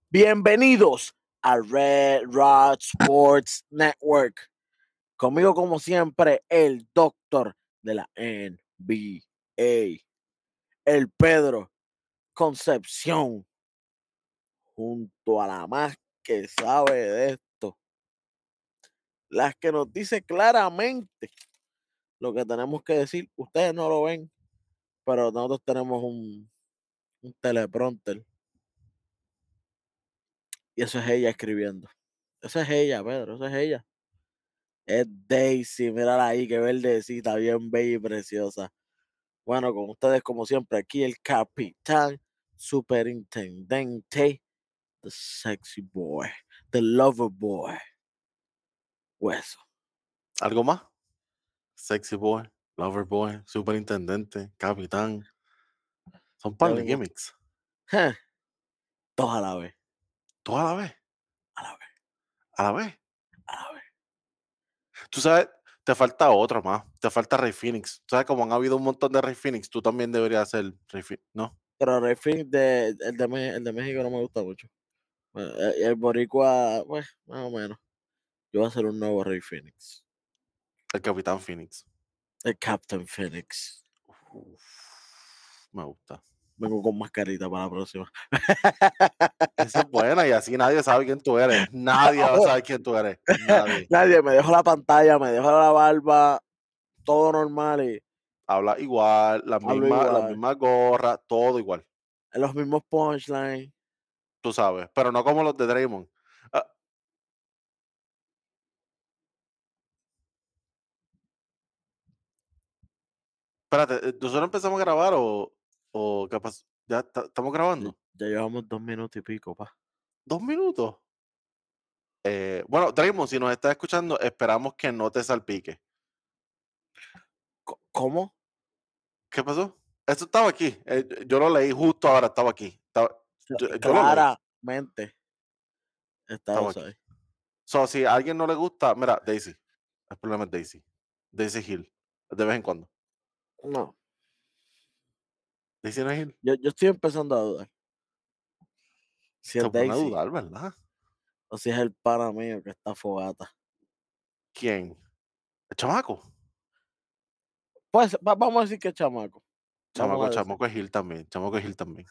Bienvenidos a Red Rod Sports Network. Conmigo, como siempre, el doctor de la NBA, el Pedro Concepción, junto a la más que sabe de esto, las que nos dice claramente lo que tenemos que decir. Ustedes no lo ven, pero nosotros tenemos un teleprompter y eso es ella escribiendo. Eso es ella, Pedro, eso es ella. Es Daisy, mírala ahí, qué verdecita, bien bella y preciosa. Bueno, con ustedes, como siempre, aquí el capitán superintendente, the sexy boy, the lover boy, Hueso. ¿Algo más? Sexy boy, lover boy, superintendente, capitán. Son Ya par de mismo, gimmicks. je, todos a la vez, Todo a la vez. a la vez, A la vez. a la vez. Tú sabes, te falta otro más. Te falta Rey Phoenix. Tú sabes, como han habido un montón de Rey Phoenix, tú también deberías ser Rey Phoenix, ¿no? Pero Ray Phoenix el de México no me gusta mucho. Bueno, el boricua, pues, más o menos. Yo voy a hacer un nuevo Ray Phoenix. El Capitán Phoenix. El Captain Phoenix. Uf, me gusta. Vengo con mascarita para la próxima. Esa es buena y así nadie sabe quién tú eres. Nadie va a saber quién tú eres. Nadie. Nadie, me dejó la pantalla, me dejó la barba, todo normal y Habla igual, hablo la igual. misma gorra, todo igual. En los mismos punchlines. Tú sabes, pero no como los de Draymond. Ah, espérate, ¿nosotros empezamos a grabar o qué pasó? ¿Ya estamos Ya, grabando? ya llevamos 2 minutos y pico, pa. 2 minutos. Bueno, Draymond, si nos estás escuchando, esperamos que no te salpique. ¿Cómo? ¿Qué pasó? Esto estaba aquí. Yo lo leí justo ahora, estaba aquí. Yo lo leí, Claramente está estaba aquí. ahí. So, si a alguien no le gusta, mira, Daisy. El problema es Daisy. Daisy Hill. De vez en cuando. No, Daisy no es Hill. yo estoy empezando a dudar si Se es pone a Daisy dudar, ¿verdad? o si es el pana mío que está fogata. ¿Quién? El chamaco. Pues vamos a decir que es chamaco. Vamos Chamaco, a decir. chamaco es Hill también. Chamaco es Hill también.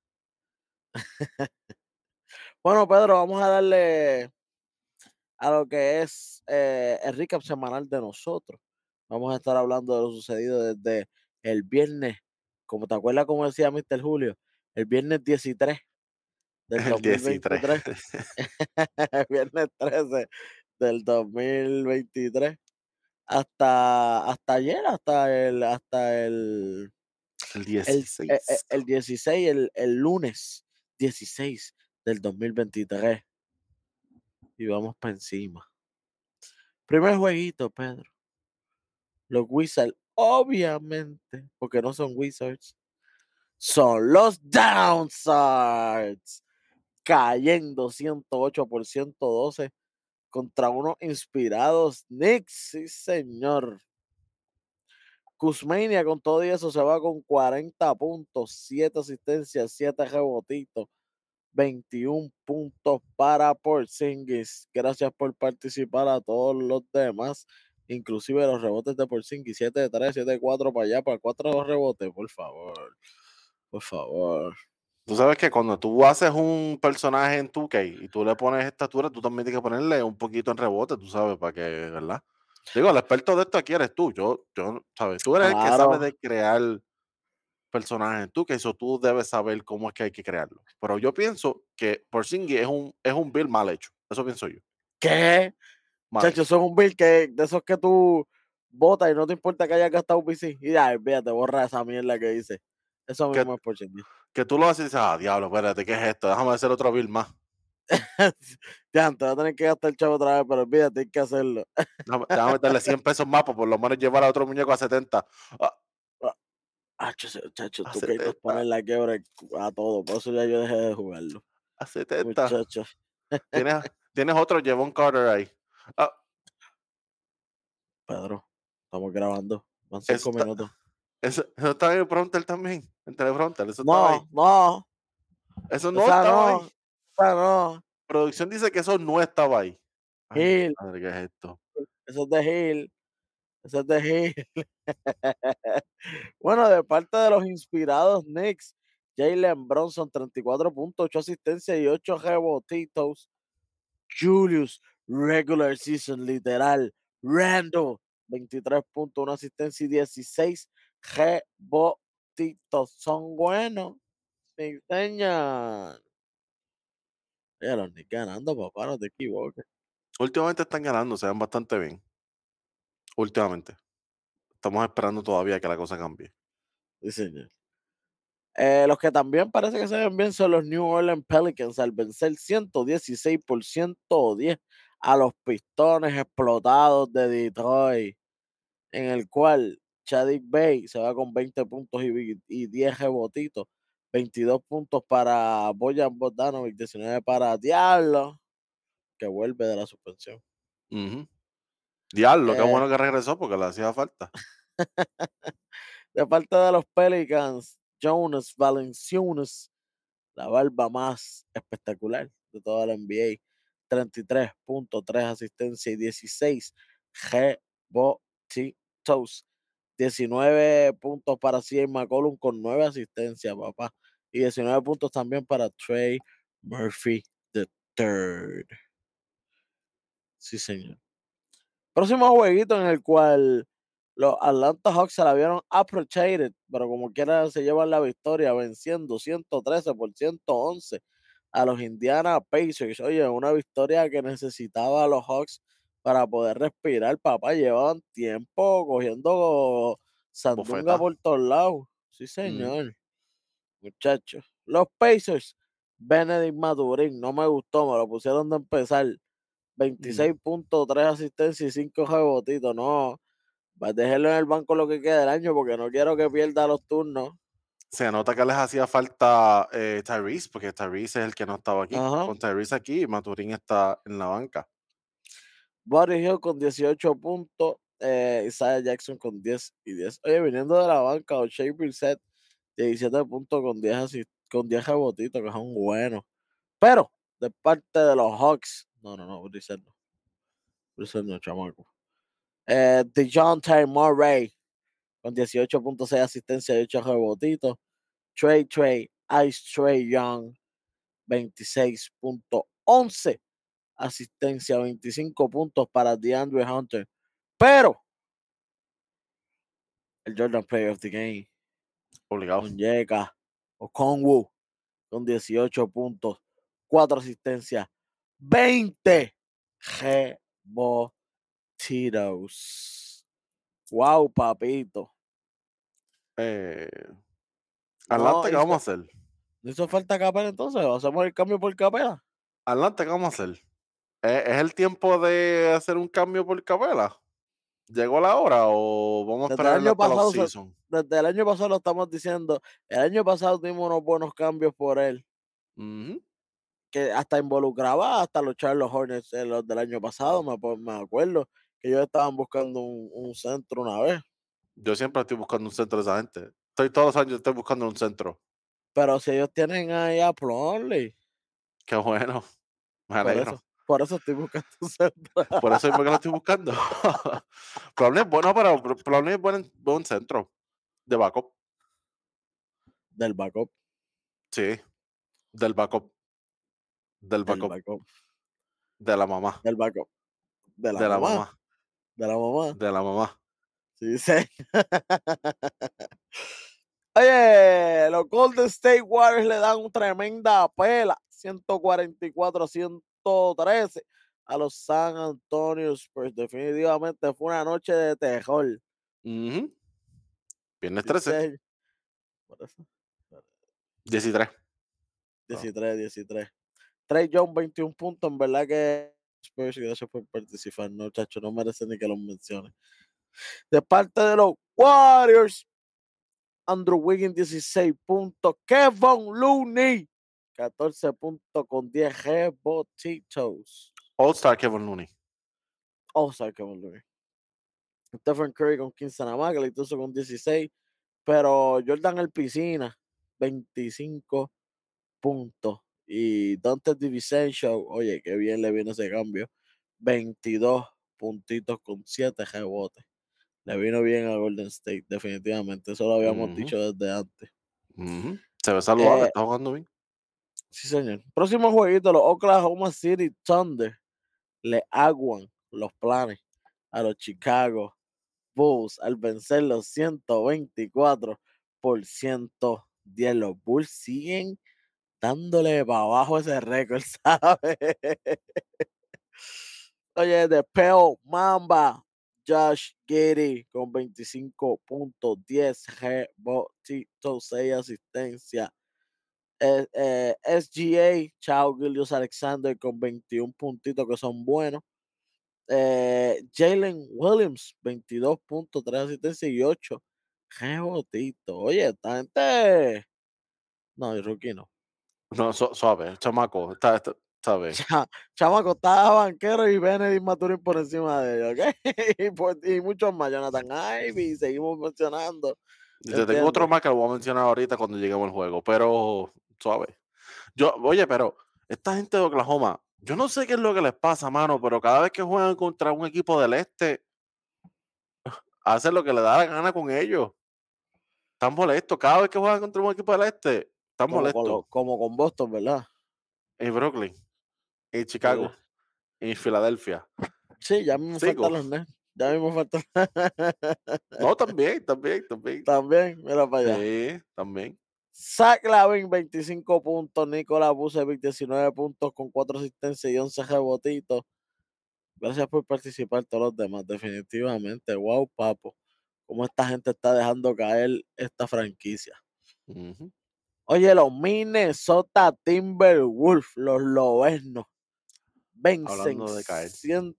Bueno, Pedro, vamos a darle a lo que es el recap semanal de nosotros. Vamos a estar hablando de lo sucedido desde el viernes, como te acuerdas, como decía Mr. Julio, el viernes 13 del El 13. 2023, el viernes 13 del 2023, hasta ayer, El el 16. 16, el lunes 16 del 2023, y vamos para encima. Primer jueguito, Pedro. Los Wizards, obviamente, porque no son Wizards, son los Downsides, cayendo 108 por 112 contra unos inspirados Knicks, sí señor. Kuzmania con todo y eso se va con 40 puntos, 7 asistencias, 7 rebotitos, 21 puntos para Porzingis. Gracias por participar a todos los demás, inclusive los rebotes de Porzingis, 7 de 3, 7 de 4 para allá, para 4 de los rebotes, por favor, por favor. Tú sabes que cuando tú haces un personaje en 2K y tú le pones estatura, tú también tienes que ponerle un poquito en rebote, tú sabes, para que, ¿verdad? Digo, el experto de esto aquí eres tú. ¿Sabes? Tú eres el que sabe Claro, de crear personajes en 2K, eso tú debes saber cómo es que hay que crearlo. Pero yo pienso que Porzingis es un build mal hecho. Eso pienso yo. ¿qué? Mal Chacho, hecho. son un bill que de esos que tú botas y no te importa que hayas gastado un PC. Y ya, fíjate, borra esa mierda que hice. Eso Que, mismo es Porzingis. que tú lo haces y dices, diablo, espérate, ¿qué es esto? Déjame hacer otro build más. Ya, te vas a tener que gastar el chavo otra vez, pero olvídate, hay que hacerlo. Déjame meterle 100 pesos más para por lo menos llevar a otro muñeco a 70. Ah, Chacho, a tú que nos pones 70. la quiebra a todo, por eso ya yo dejé de jugarlo. A 70. Muchacho, Tienes otro Jevon Carter ahí. Ah, Pedro, estamos grabando, van eso, 5 minutos. eso estaba en el prompter también. En teleprompter. Eso estaba ahí. No, no, Eso o no sea, estaba ahí. no. no. Producción dice que eso no estaba ahí. Ay, mi Hill, madre, ¿qué es esto? eso es de Hill, eso es de Hill. Bueno, de parte de los inspirados Knicks, Jalen Bronson, 34 puntos, 8 asistencias y 8 rebotitos. Julius, regular season, literal. Randall, 23 puntos, 1 asistencia y 16 rebotitos. Son buenos. Me enseñan. Oye, los Knicks ganando, papá, no te equivoques. Últimamente están ganando, se ven bastante bien. Últimamente. Estamos esperando todavía que la cosa cambie. Sí, señor. Los que también parece que se ven bien son los New Orleans Pelicans al vencer 116 por 110 a los Pistones explotados de Detroit, en el cual Chadwick Bay se va con 20 puntos y 10 rebotitos, 22 puntos para Bojan Bogdanovic, 19 para Diablo, que vuelve de la suspensión. Ujú. Diablo, qué Eh, bueno que regresó porque le hacía falta. de parte de los Pelicans, Jonas Valanciunas, la barba más espectacular de toda la NBA. 33 puntos, 3 asistencias y 16 rebotitos. 19 puntos para CJ McCollum con 9 asistencias, papá. Y 19 puntos también para Trey Murphy the third. Sí, señor. Próximo jueguito en el cual los Atlanta Hawks se la vieron approached, pero como quiera se llevan la victoria venciendo 113 por 111 a los Indiana Pacers. Oye, una victoria que necesitaba a los Hawks para poder respirar, papá. Llevaban tiempo cogiendo sandunga Bofeta. por todos lados. Sí, Ujú. señor. Muchachos. Los Pacers, Benedict Maturin, no me gustó, me lo pusieron de empezar. Mm. 26 puntos, 3 asistencias y 5 rebotitos. No, va a dejarlo en el banco lo que queda del año porque no quiero que pierda los turnos. Se nota que les hacía falta Tyrese, porque Tyrese es el que no estaba aquí. Ajá. Con Tyrese aquí, Maturín está en la banca. Buddy Hill con 18 puntos. Isaiah Jackson con 10 y 10. Oye, viniendo de la banca, O'Shea Brissett, 17 puntos con 10 rebotitos, que son buenos. Pero, de parte de los Hawks, no, Brissett no. Brissett no, chamaco. DeJounte Murray con 18.6 asistencia y 8 rebotitos. Trey, Ice Trey Young, 26.11 asistencia, 25 puntos para DeAndre Hunter. Pero el Jordan Player of the Game, Obligado. Onyeka Okongwu, con 18 puntos, 4 asistencias, 20 rebotitos. Wow, papito. Eh, No Atlanta, ¿qué vamos hizo, a hacer? no hizo falta Capela entonces. Hacemos el cambio por Capela. Atlanta, ¿qué vamos a hacer? ¿Es el tiempo de hacer un cambio por Capela? ¿Llegó la hora o vamos a Desde el esperar año hasta la pasado, off-season? desde el año pasado lo estamos diciendo. El año pasado tuvimos unos buenos cambios por él, Ujú. que hasta involucraba hasta los Charlotte Hornets, los del año pasado, me acuerdo que ellos estaban buscando un centro una vez. Yo siempre estoy buscando un centro de esa gente. Estoy todos los años estoy buscando un centro. Pero si ellos tienen ahí a Plumlee, Qué bueno, me alegro. por eso estoy buscando un centro Por eso mismo que lo estoy buscando. Plumlee es bueno, pero Plumlee es buen centro de backup. del backup, Sí, del backup, del del backup, backup, de la mamá, del backup, de la de la mamá, mamá, de la mamá. de la mamá. Sí, sí. Oye, los Golden State Warriors le dan una tremenda pela, 144 a 113 a los San Antonio Spurs. Definitivamente fue una noche de terror. Ujú. Viernes 13, Dice, por eso, 13. Ah, 13. Trey Young, 21 puntos. En verdad que Spurs, gracias por participar, no, chacho, no merece ni que los mencione. De parte de los Warriors, Andrew Wiggins, 16 puntos. Kevin Looney, 14 puntos con 10 rebotitos. All-Star Kevin Looney. O sea, Kevin Looney. Stephen Curry con 15 nada más, que le hizo con 16. Pero Jordan el Piscina, 25 puntos. Y Dante DiVincenzo, oye, qué bien le vino ese cambio. 22 puntitos con 7 rebotes. Le vino bien a Golden State, definitivamente. Eso lo habíamos Ujú, dicho desde antes. ujú. Se ve saludable, Eh, está jugando bien. sí, señor. Próximo jueguito, los Oklahoma City Thunder le aguan los planes a los Chicago Bulls al vencer los 124-110. Los Bulls siguen dándole para abajo ese récord, ¿sabes? Oye, de Peo Mamba, Josh Giddey con 25 puntos, 10 rebotitos, 6 asistencias. SGA, Chao Gilius Alexander con 21 puntitos que son buenos. Jalen Williams, 22 puntos, 3 asistencias y 8 rebotitos. Oye, esta gente. No, el rookie no. No, suave, el chamaco, ¿sabes? Chamaco estaba banquero y Benedict Maturin por encima de ellos, ¿ok? Y muchos más, Jonathan Ivy, seguimos mencionando, Y te tengo otro ¿entiendes? más que lo voy a mencionar ahorita cuando lleguemos al juego, pero suave. Oye, pero esta gente de Oklahoma, yo no sé qué es lo que les pasa, mano, pero cada vez que juegan contra un equipo del este, hacen lo que les da la gana con ellos. Están molestos. Cada vez que juegan contra un equipo del este, están molestos. Como con Boston, ¿verdad? En Brooklyn, en Sí, Chicago, en Filadelfia. sí, ya mismo faltan Sigo. los Nets, ya mismo faltan. No, también, también, también. También, mira para allá. Sí, también. Zach Lavin, 25 puntos, Nicolás Vucevic, 19 puntos con 4 asistencias y 11 rebotitos. Gracias por participar todos los demás, definitivamente. Wow, papo. Cómo esta gente está dejando caer esta franquicia. Ujú. Oye, los Minnesota Timberwolves, los Lobernos, vencen Hablando de caer.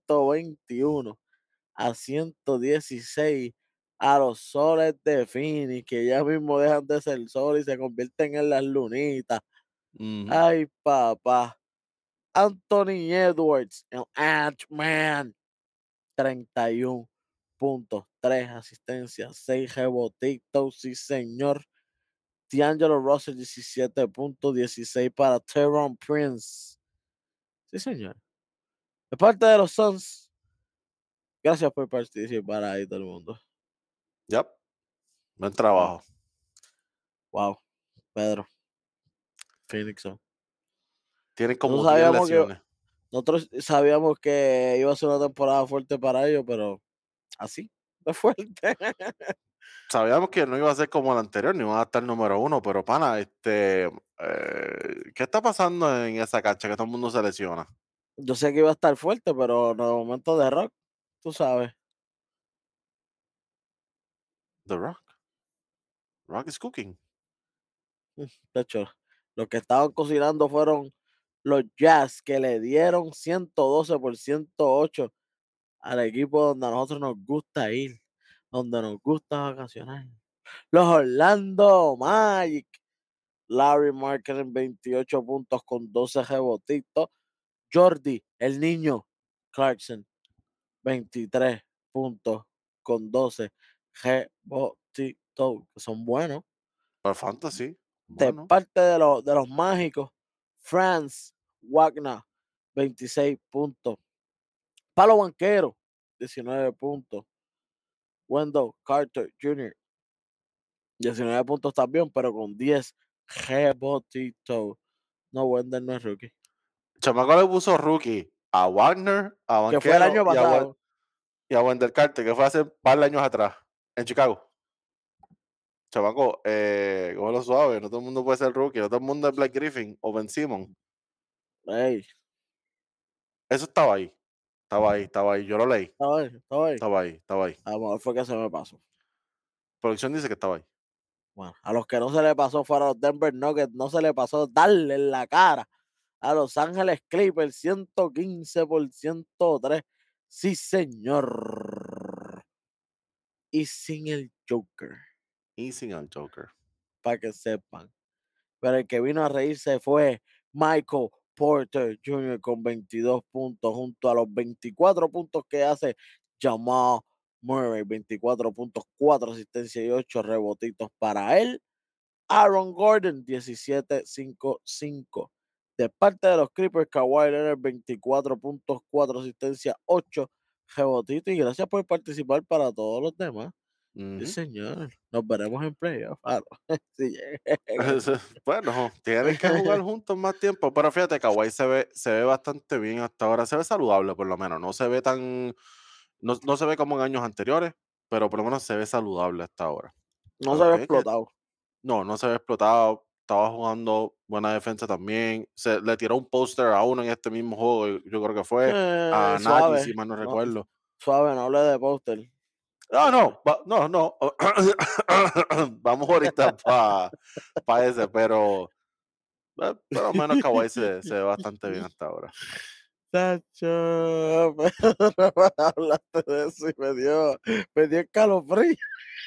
121-116 a los Soles de Phoenix, que ya mismo dejan de ser sol y se convierten en las lunitas. Ujú. Ay, papá. Anthony Edwards, el Ant-Man, 31 puntos, 3 asistencias, 6 rebotitos, sí señor. D'Angelo Russell, 17 puntos, 16 para Teron Prince. Sí, señor. De parte de los Suns, gracias por participar ahí todo el mundo. Yep. Buen Wow, trabajo. wow, Pedro, Phoenix Suns. Tienen Nosotros como 10 sabíamos que, lesiones. nosotros sabíamos que iba a ser una temporada fuerte para ellos, pero así, de fuerte. Sabíamos que no iba a ser como el anterior, ni iba a estar número uno, pero pana, ¿qué está pasando en esa cancha que todo el mundo se lesiona? Yo sé que iba a estar fuerte, pero en el momento de rock, tú sabes. The Rock. Rock is cooking. De hecho, los que estaban cocinando fueron los Jazz, que le dieron 112 por 108 al equipo donde a nosotros nos gusta ir, donde nos gusta vacacionar. Los Orlando Magic, Larry Marker en 28 puntos con 12 rebotitos. Jordi, el niño, Clarkson, 23 puntos con 12 rebotitos, que son buenos. Para Fantasy. De Bueno. parte de los mágicos, Franz Wagner, 26 puntos. Palo Banquero, 19 puntos. Wendell Carter Jr., 19 puntos también, pero con 10 rebotitos. No, Wendell no es rookie. Chamaco le puso rookie a Wagner, a Que fue el Banquero año pasado. y a Wendell Carter, que fue hace un par de años atrás, en Chicago. Chamaco, cógelo suave, no todo el mundo puede ser rookie, no todo el mundo es Black Griffin o Ben Simon. Ey, Eso estaba ahí, yo lo leí, está bien, está bien. estaba ahí. A lo mejor fue que se me pasó. Producción dice que estaba ahí. Bueno, a los que no se le pasó fueron los Denver Nuggets, no se le pasó darle en la cara a Los Ángeles Clippers, 115-103. Sí, señor. Y sin el Joker, Y sin el Joker. para que sepan. Pero el que vino a reírse fue Michael Porter Jr. con 22 puntos, junto a los 24 puntos que hace Jamal Murray, 24 puntos, 4 asistencias y 8 rebotitos para él. Aaron Gordon, 17-5-5. De parte de los Clippers, Kawhi Leonard, 24 puntos, 4 asistencias, 8 rebotitos. Y gracias por participar para todos los demás. Sí, señor. Nos veremos en playoff. Sí, Bueno, tienen que jugar juntos más tiempo, pero fíjate, Kawhi se ve bastante bien hasta ahora, se ve saludable por lo menos, no se ve tan, no se ve como en años anteriores, pero por lo menos se ve saludable hasta ahora. no se Ok, ve explotado. no se ve explotado, estaba jugando buena defensa también, le tiró un póster a uno en este mismo juego, yo creo que fue a Naki, Suave. si mal no No, recuerdo. suave, no hable de póster. No, vamos ahorita para ese, pero por lo menos Kawhi se ve bastante bien hasta ahora. Tacho, pero hablaste de eso y me dio escalofrío.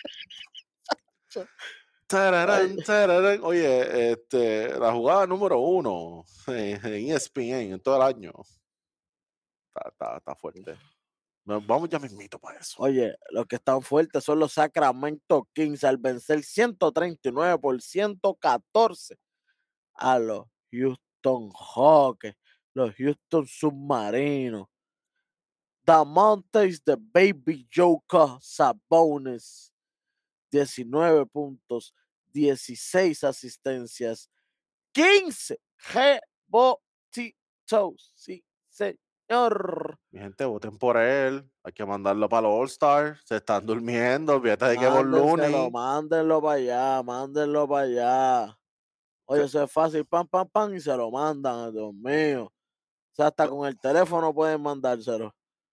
Ay, Tararán. Oye, la jugada número 1 en ESPN en todo el año. Está fuerte. Vamos ya mismito para eso. oye, los que están fuertes son los Sacramento Kings al vencer 139 por 114 a los Houston Hawks, los Houston Submarinos. Damonte the Baby Joker Sabonis, 19 puntos, 16 asistencias, 15 rebotitos. Sí, señor. Mi gente, voten por él. Hay que mandarlo para los All-Stars. Se están durmiendo. Fíjate de que es Mándenselo, lunes. mándenlo para allá, mándenlo para allá. Oye, eso es fácil, pam, pam, pam, y se lo mandan, Dios mío. O sea, hasta con el teléfono pueden mandárselo.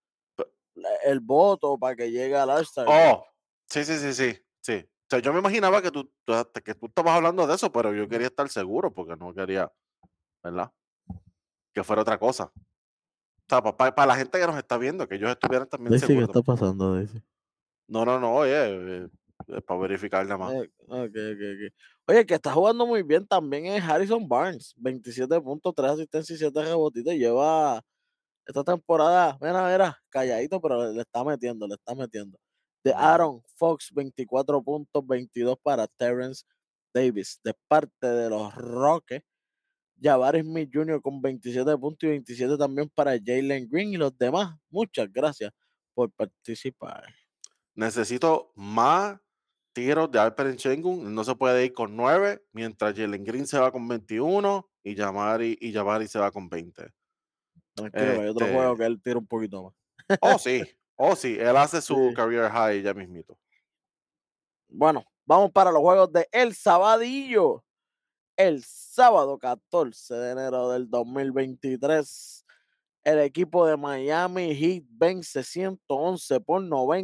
El voto para que llegue al All-Star Game. Oh, sí. O sea, yo me imaginaba que tú estabas hablando de eso, pero yo quería estar seguro porque no quería, ¿verdad? Que fuera otra cosa. O sea, para la gente que nos está viendo, que ellos estuvieran también Daisy, ¿qué seguros. está pasando, Daisy? No, oye, para verificar nada más. Ok. Oye, el que está jugando muy bien también es Harrison Barnes. 27 puntos, 3 asistencias y 7 rebotitos. Lleva esta temporada, mira, calladito, pero le está metiendo, le está metiendo. De Ujú. Aaron Fox, 24 puntos, 22 para Terrence Davis. De parte de los Rockets, Javaris Smith Jr. con 27 puntos y 27 también para Jalen Green y los demás. Muchas gracias por participar. Necesito más tiros de Alperen Sengun. No se puede ir con 9, mientras Jalen Green se va con 21 y Jabari se va con 20. Tranquilo, que hay otro Este, juego que él tira un poquito más. sí, él hace su Sí. career high ya mismito. Bueno, vamos para los juegos de El Sabadillo. El sábado 14 de enero del 2023, el equipo de Miami Heat vence 111 por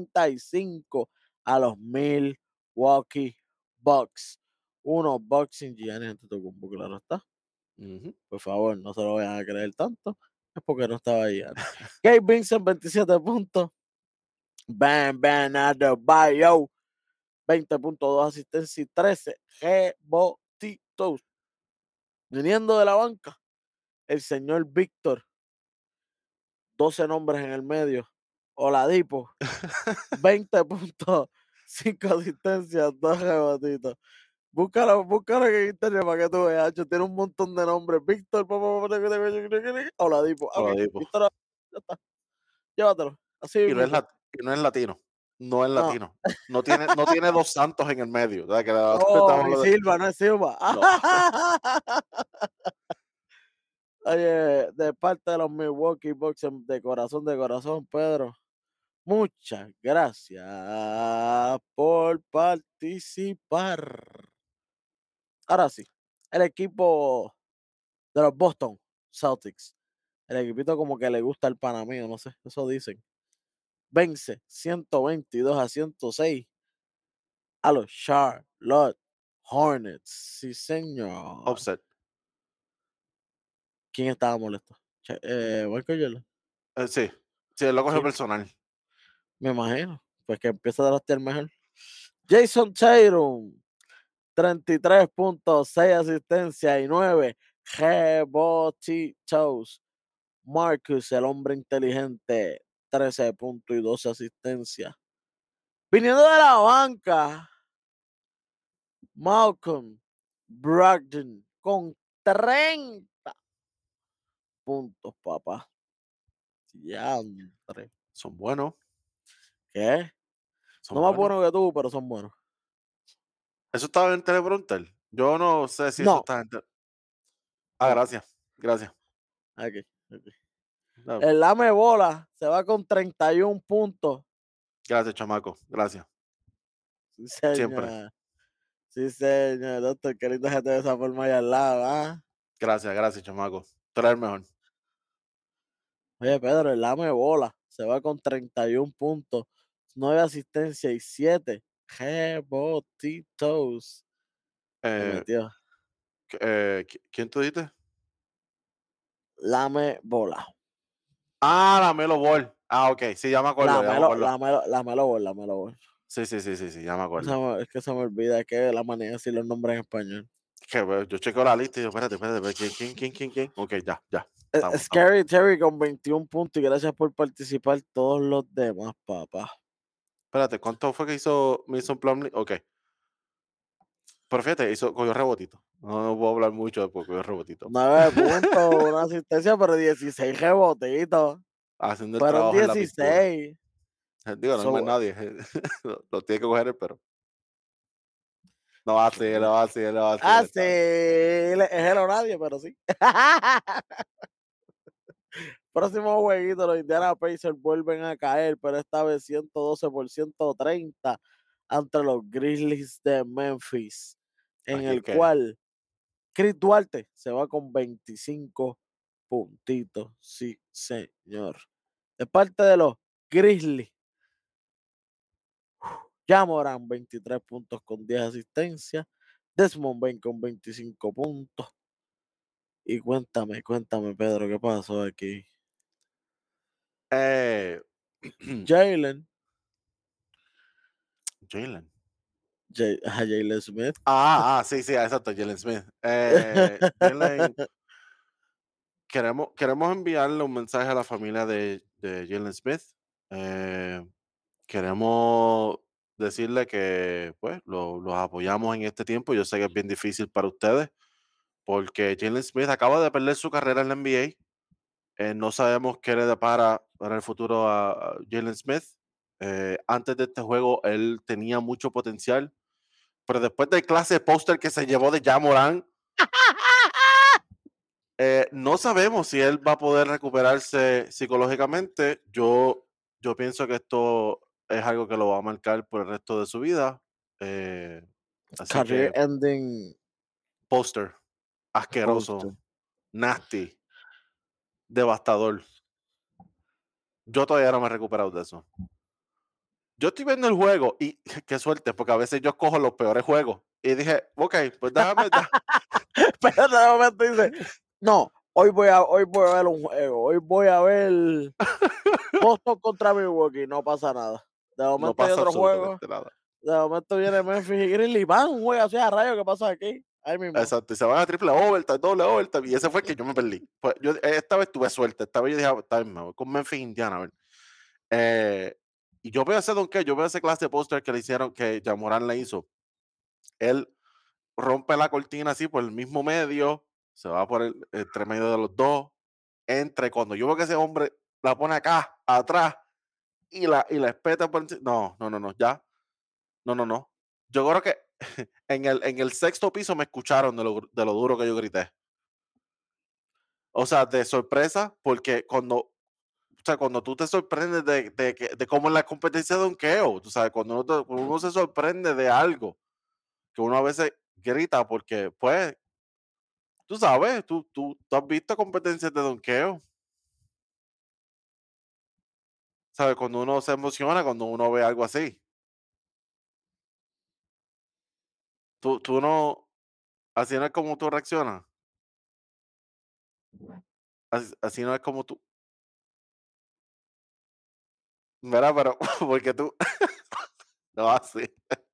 95 a los Milwaukee Bucks. Unos Bucks sin Giannis Antetokounmpo, claro está. Ujú. Por favor, no se lo vayan a creer tanto. Es porque no estaba Giannis. Gabe Vincent, 27 puntos. Bam Adebayo, 20.2 asistencia y 13 rebotitos. Viniendo de la banca, el señor Víctor, 12 nombres en el medio. Oladipo, 20 puntos, 5 asistencias, 2 rebotitos. Búscalo en internet para que tú veas. Hacho, tiene un montón de nombres. Víctor, Oladipo. Ok, Oladipo. Víctor, ya está. Llévatelo. Así mismito. Y no es latino. No es No, latino. No tiene dos santos en el medio. ¿Verdad? Que no, estamos ni hablando Silva, no es Silva. no. Oye, de parte de los Milwaukee Bucks de corazón, Pedro. Muchas gracias por participar. Ahora sí, el equipo de los Boston Celtics, el equipito como que le gusta el pana mío, no sé, eso dicen. Vence 122 a 106 a los Charlotte Hornets. Sí, señor. Offset. ¿Quién estaba molesto? Michael Jordan. Sí. Sí, él lo cogió ¿Quién? personal. Me imagino. Pues que empieza a draftear mejor. Jason Tatum, 33 puntos, 6 asistencias y 9 rebotitos. Marcus, el hombre inteligente, 13 puntos y 12 asistencias. Viniendo de la banca, Malcolm Brogdon con 30 puntos, papá. Diantre. Son buenos, ¿Qué? son No más buenos. buenos que tú, pero son buenos. ¿Eso estaba en teleprompter? Yo no sé si eso No, está en no. gracias, gracias. Aquí, aquí. No, El Lame Bola se va con 31 puntos. gracias, chamaco, gracias. Sí, Siempre. señor. Sí, señor. Doctor, qué lindo gente de esa forma ahí al lado, ¿ah? Gracias, gracias, chamaco. Tú eres el mejor. Oye, Pedro, el Lame Bola se va con 31 puntos, 9 asistencias y 7 rebotitos. Le Eh, metió. ¿Quién tú dijiste? Lame Bola. Ah, la Melo Ball. Ah, ok, sí, ya me acuerdo, ya me Lamelo, acuerdo. Lamelo, Lamelo Ball, Lamelo Ball. Sí, sí, sí, sí, sí, ya me acuerdo. Es que se me olvida, es que la manera de decir los nombres en español. Que yo chequeo la lista y digo, espérate, ¿quién? Ok, ya, estamos. Scary Terry con 21 puntos y gracias por participar todos los demás, papá. Espérate, ¿cuánto fue que hizo Mason Plumlee? Ok, pero fíjate, cogió rebotito. No puedo hablar mucho porque cogió rebotito. 9 puntos, una asistencia, pero 16 rebotitos. Haciendo el Fueron trabajo en la pintura. 16. Digo, no hay más So, nadie. Lo tiene que coger él, pero no va así, no va así, no va así, él sí, está bien. es el horario, pero sí. Próximo jueguito, los Indiana Pacers vuelven a caer, pero esta vez 112 por 130 ante los Grizzlies de Memphis, en Aquí es el que cual Chris Duarte se va con 25 puntitos. Sí, señor. De parte de los Grizzlies, Jamoran 23 puntos con 10 asistencias. Desmond Bain con 25 puntos. Y cuéntame, Pedro, ¿qué pasó aquí? eh, Jalen, Jalen. Jalen Smith. Sí, sí, exacto, Jalen Smith. Jalen, queremos enviarle un mensaje a la familia de Jalen Smith. Eh, Queremos decirle que pues los apoyamos en este tiempo. Yo sé que es bien difícil para ustedes porque Jalen Smith acaba de perder su carrera en la NBA. No sabemos qué le depara para el futuro a Jalen Smith. Antes de este juego él tenía mucho potencial, pero después del clase de póster que se llevó de Ja Morant, no sabemos si él va a poder recuperarse psicológicamente. Yo pienso que esto es algo que lo va a marcar por el resto de su vida. Eh, Así Career que ending póster, asqueroso, poster. nasty, devastador. Yo todavía no me he recuperado de eso. Yo estoy viendo el juego y qué suerte, porque a veces yo escojo los peores juegos. Y dije, ok, pues déjame, Pero de momento dice, no, hoy voy a ver un juego, hoy voy a ver Boston contra Milwaukee, no pasa nada. De no momento hay pasa otro juego, absolutamente nada. de momento viene Memphis y Grizzlies, van, un juego así a rayos, ¿qué pasa aquí? Ahí mismo. Exacto, y se van a triple overtime, doble overtime, y ese fue el que yo me perdí. Pues yo esta vez tuve suerte, esta vez yo dije, está bien, me voy con Memphis Indiana, a ver. Y yo veo ese donkey, yo veo ese clase de póster que le hicieron, que Jamoran le hizo. Él rompe la cortina así por el mismo medio, se va por entre medio de los dos, cuando yo veo que ese hombre la pone acá, atrás, y la espeta por encima. No, ya, no. Yo creo que en el sexto piso me escucharon de lo duro que yo grité. O sea, de sorpresa, porque cuando tú te sorprendes de cómo es la competencia de donkeo, tú sabes, cuando uno se sorprende de algo, que uno a veces grita porque, pues, tú sabes, tú has visto competencias de donkeo, ¿sabes? Cuando uno se emociona, cuando uno ve algo así. Tú no, así no es como tú reaccionas. Así no es como tú, ¿verdad? Pero porque tú, no, así.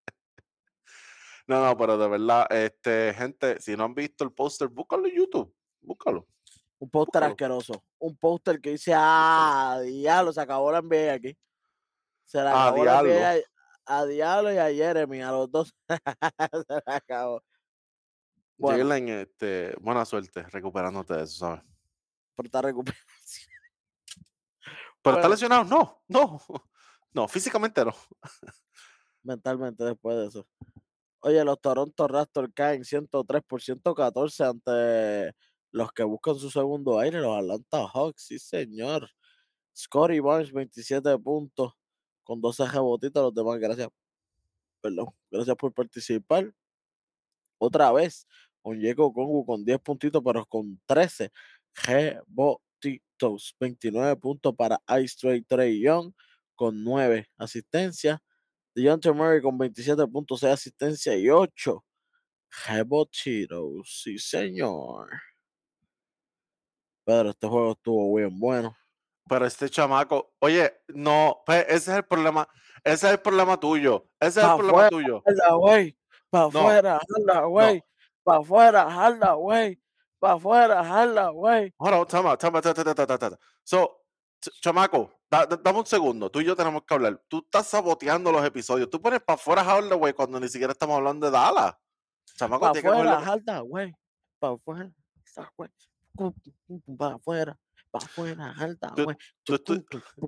No, pero de verdad, gente, si no han visto el póster, búscalo en YouTube, búscalo, Un póster búscalo, asqueroso, un póster que dice, búscalo. diablo, se acabó la NBA aquí. Se le A acabó la diablo. NBA a Diablo y a Jeremy, a los dos. Se le acabó. Bueno, Jalen, buena suerte recuperándote de eso, ¿sabes? pero está recuperado. ¿Pero está Bueno, lesionado? No, no. No, físicamente no. mentalmente después de eso. Oye, los Toronto Raptors caen 103 por 114 ante los que buscan su segundo aire, los Atlanta Hawks, sí señor. Scottie Barnes, 27 puntos con 12 rebotitos. Los demás, gracias, perdón, gracias por participar. Otra vez, Onyeko Kongu con 10 puntitos, pero con 13 rebotitos. 29 puntos para Ice Trey Young con 9 asistencias. DeJounte Murray con 27 puntos, 6 asistencias y 8 rebotitos. Sí, señor. Pedro, este juego estuvo bien bueno. Pero este chamaco, oye, no, ese es el problema. Ese es el problema tuyo. Ese es el Pa' problema afuera, tuyo. Hardaway. Pa' No, afuera, Hardaway. no. Pa' afuera, Hardaway. Pa' afuera, Hardaway. Hold on, time out, So, chamaco, dame un segundo. Tú y yo tenemos que hablar. Tú estás saboteando los episodios. Tú pones para afuera Hardaway cuando ni siquiera estamos hablando de Dallas. Chamaco, Pa' tiene que cogerlo. afuera, Hardaway. Pa' afuera, Hardaway. Pa' afuera, pa' afuera, Tú, Hardaway. tú, tú-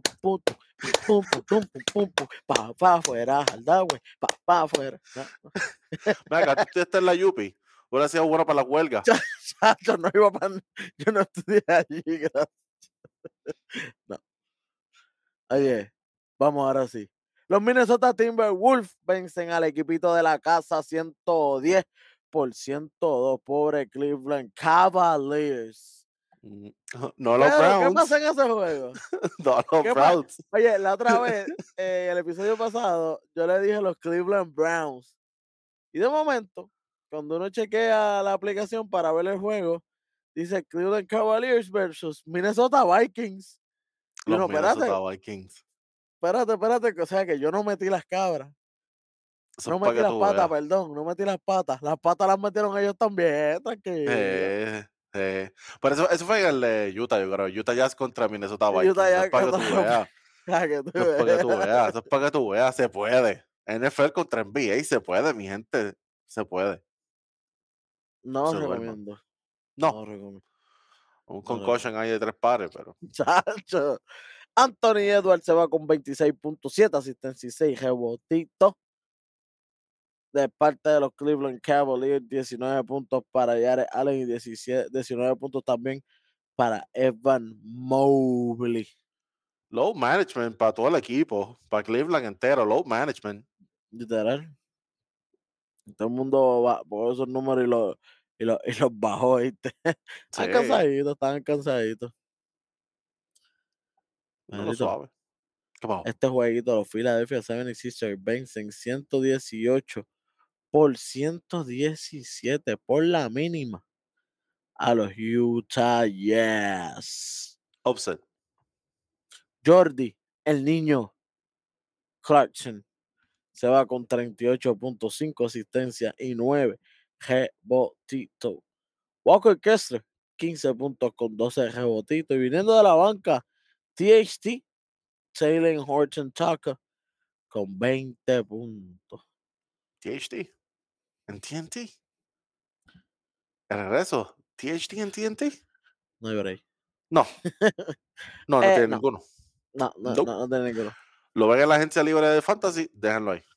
Pa' afuera, Hardaway. Pa' afuera. No. Ven acá, tú estás en la Yupi. Hubiera sido bueno para la huelga. Chacho, no iba para. Yo no estudié allí, gracias. No. Oye, vamos ahora sí. Los Minnesota Timberwolves vencen al equipito de la casa 110 por 102. Pobre Cleveland Cavaliers. Mm, No los Pero, ¿qué pasa Browns. en ese juego? No los ¿Qué pasa? Browns. Oye, la otra vez, el episodio pasado, yo le dije los Cleveland Browns. Y de momento, cuando uno chequea la aplicación para ver el juego, dice Cleveland Cavaliers versus Minnesota Vikings. Y Los uno, espérate, Minnesota Vikings. espérate, o sea que yo no metí las cabras. Eso es No para metí que las tú patas, veas. perdón, no metí las patas. Las patas las metieron ellos también, tranquilo. Eh, Pero eso fue en el de Utah, yo creo. Utah Jazz contra Minnesota Y yo Vikings. Eso es ya para que tú veas. para que tú Eso es para que tú veas. veas. Eso es para que tú veas. Se puede. NFL contra NBA se puede, mi gente. Se puede. No Se lo duerman. recomiendo. No No. lo recomiendo. Un No lo concussion recomiendo. ahí de 3 pares, pero. Chacho. Anthony Edwards se va con 26.7 asistencia y 6 rebotitos de parte de los Cleveland Cavaliers. 19 puntos para Jared Allen y 19 puntos también para Evan Mobley. Low management para todo el equipo. Para Cleveland entero. Low management. Literal. Todo el mundo va por esos números y los bajó, ¿viste? Están Sí. cansaditos, están cansaditos. No lo Manito, suave. ¿Qué pasó? este jueguito, los Philadelphia 76ers vencen 118 por 117 por la mínima a los Utah Jazz. Upset. Jordi, el niño Clarkson, se va con 38.5 asistencia y 9 rebotitos. Walker Kessler, 15 puntos con 12 rebotitos. Y viniendo de la banca, THT, Taylor Horton Tucker, con 20 puntos. THT. ¿En TNT? ¿El regreso? ¿THT en TNT? No hay break. No. No, no tiene No, ninguno. no, no, Nope. no, no tiene ninguno. Lo ven en la agencia libre de Fantasy, déjenlo ahí.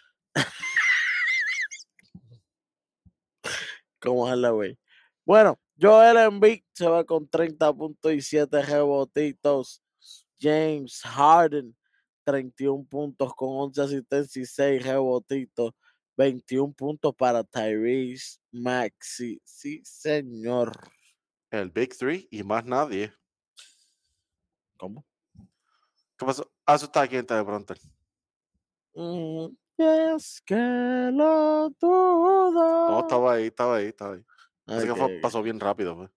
¿Cómo es la güey? Bueno, Joel Embiid se va con 30 puntos y 7 rebotitos. James Harden, 31 puntos con 11 asistencias y 6 rebotitos. 21 puntos para Tyrese Maxey. Sí, señor. El Big Three y más nadie. ¿Cómo? ¿Qué pasó? Ah, eso está aquí en teleprompter. Es que lo No, dudo. estaba ahí, estaba ahí, estaba ahí. Así que Ok, pasó bien rápido. Pues.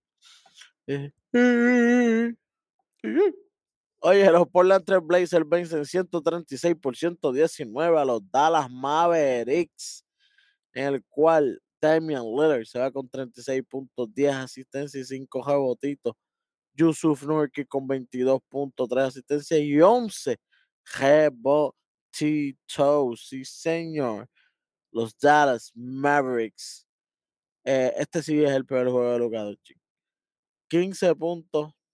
ok. Oye, los Portland Trail Blazers vencen 136 por 119 a los Dallas Mavericks, en el cual Damian Lillard se va con 36 puntos, 10 asistencias y 5 rebotitos. Yusuf Nurkic con 22 puntos, 3 asistencias y 11 rebotitos. Sí, señor. Los Dallas Mavericks. Este sí es el peor juego de Luka Doncic. 15 puntos,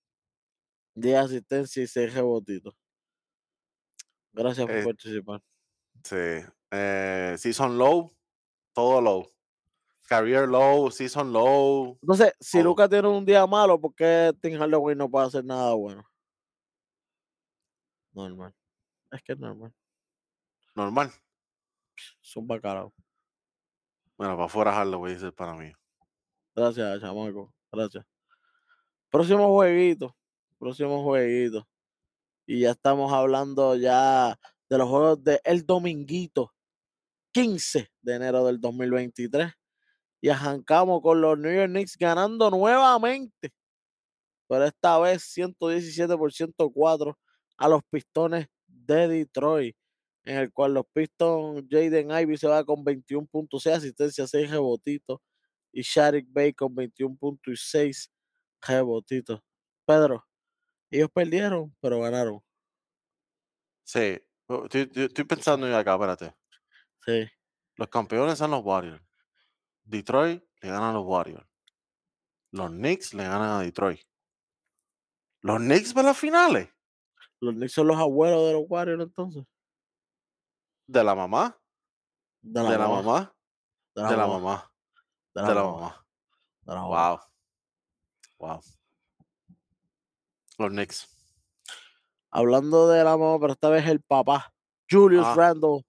10 asistencias y 6 rebotitos. Gracias por Eh, participar. sí. Season low, todo low. Career low, season low, Entonces, si todo. Luka tiene un día malo, ¿por qué Tim Hardaway no puede hacer nada bueno? Normal. Es que es normal. Normal. Son bacalaos. Bueno, para afuera Hardaway, dice para mí. Gracias, chamaco. Gracias. Próximo jueguito. Próximo jueguito. Y ya estamos hablando ya de los juegos de el dominguito 15 de enero del 2023. Y arrancamos con los New York Knicks ganando nuevamente, pero esta vez 117 por 104 a los Pistones de Detroit, en el cual los Pistons, Jaden Ivey se va con 21.6 asistencias, 6 rebotitos, y Sharik Bey con 21.6 rebotitos. Pedro, ellos perdieron, pero ganaron. Sí. Estoy pensando yo acá, espérate. Sí, Los campeones son los Warriors. Detroit le ganan a los Warriors. Los Knicks le ganan a Detroit. Los Knicks van a las finales. los Knicks son los abuelos de los Warriors entonces. De la mamá. De la De la mamá, mamá. de la De la mamá, mamá. de la De la mamá, mamá. de la mamá. Wow. Wow. Los Knicks. Hablando de la mamá, pero esta vez el papá, Julius Ah, Randle,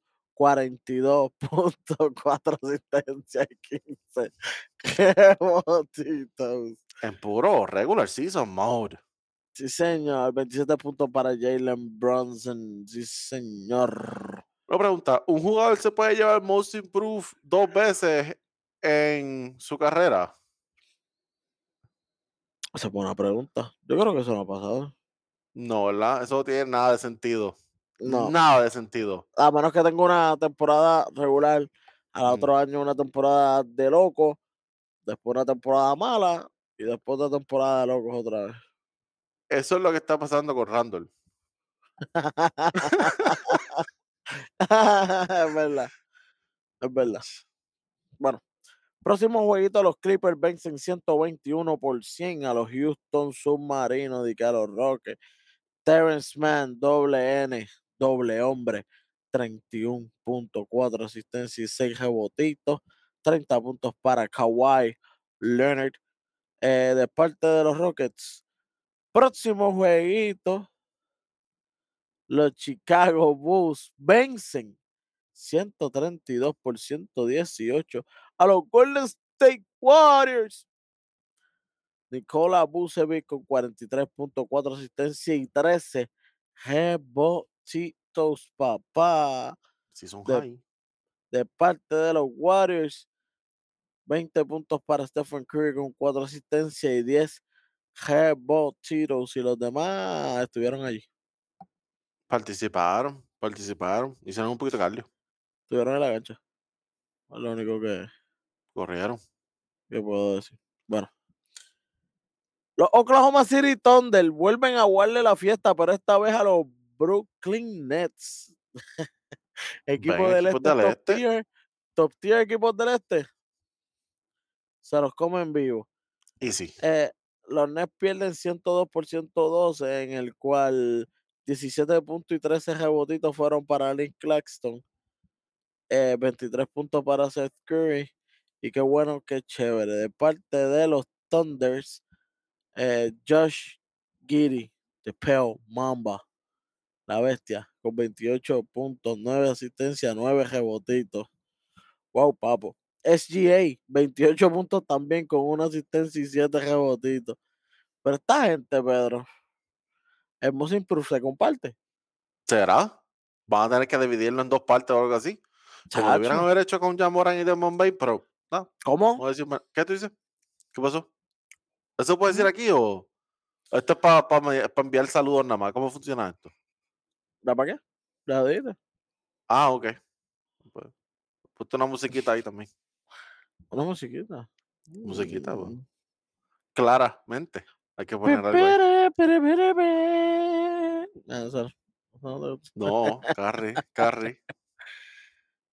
42.4 asistencia y 15 rebotitos. en puro regular season mode. Sí, señor. 27 puntos para Jalen Brunson. Sí, señor. Una pregunta, ¿un jugador se puede llevar Most Improved 2 veces en su carrera? Esa es buena pregunta. Yo creo que eso no ha pasado. No, ¿verdad? Eso no tiene nada de sentido. No. Nada de sentido. A menos que tenga una temporada regular, al Mm. otro año una temporada de loco, después una temporada mala y después otra temporada de locos otra vez. Eso es lo que está pasando con Randall. Es verdad, es verdad. Bueno, próximo jueguito, los Clippers vencen 121-100 a los Houston Submarinos de Carlos Roque. Terrence Mann, doble N, doble hombre, 31.4 asistencia y 6 rebotitos, 30 puntos para Kawhi Leonard de parte de los Rockets. Próximo jueguito, los Chicago Bulls vencen 132-118 a los Golden State Warriors. Nikola Vucevic con 43.4 asistencia y 13 rebotitos, papá, Season de, high. de parte de los Warriors. 20 puntos para Stephen Curry con 4 asistencias y 10 rebotitos. Y los demás estuvieron allí, Participaron. Hicieron un poquito de cardio. estuvieron en la cancha. Es lo único Corrieron. que puedo decir. Bueno, los Oklahoma City Thunder vuelven a guardarle la fiesta, pero esta vez a los Brooklyn Nets. Ven, Equipo del equipos este del este. top tier equipos del este, se los comen vivo. Easy. Los Nets pierden 102 por 112, en el cual 17 puntos y 13 rebotitos fueron para Lynn Claxton, 23 puntos para Seth Curry, y qué bueno, qué chévere. De parte de los Thunders, Josh Giddey, The Pale Mamba, la bestia, con 28 puntos, 9 asistencias, 9 rebotitos. Wow, papo. SGA, 28 puntos también con una asistencia y 7 rebotitos. Pero esta gente, Pedro, el Most Improved se comparte. ¿Será? Van a tener que dividirlo en 2 partes o algo así. Como debieran Chacho, haber hecho con Jamoran y Demon Bay, pero no. ¿cómo? Voy a decir, ¿qué tú dices? ¿Qué pasó? ¿Eso puede decir Ujú. aquí o esto es para enviar saludos nada más? ¿Cómo funciona esto? ¿Da para qué? ¿La dijiste? Ah, ok. Pues, puesto una musiquita ahí también. Una musiquita. Musiquita, pues. Mm. Claramente. Hay que Pe, poner algo ahí. pere, pere, pere, pe. Eso no te gusta. No, Carrie.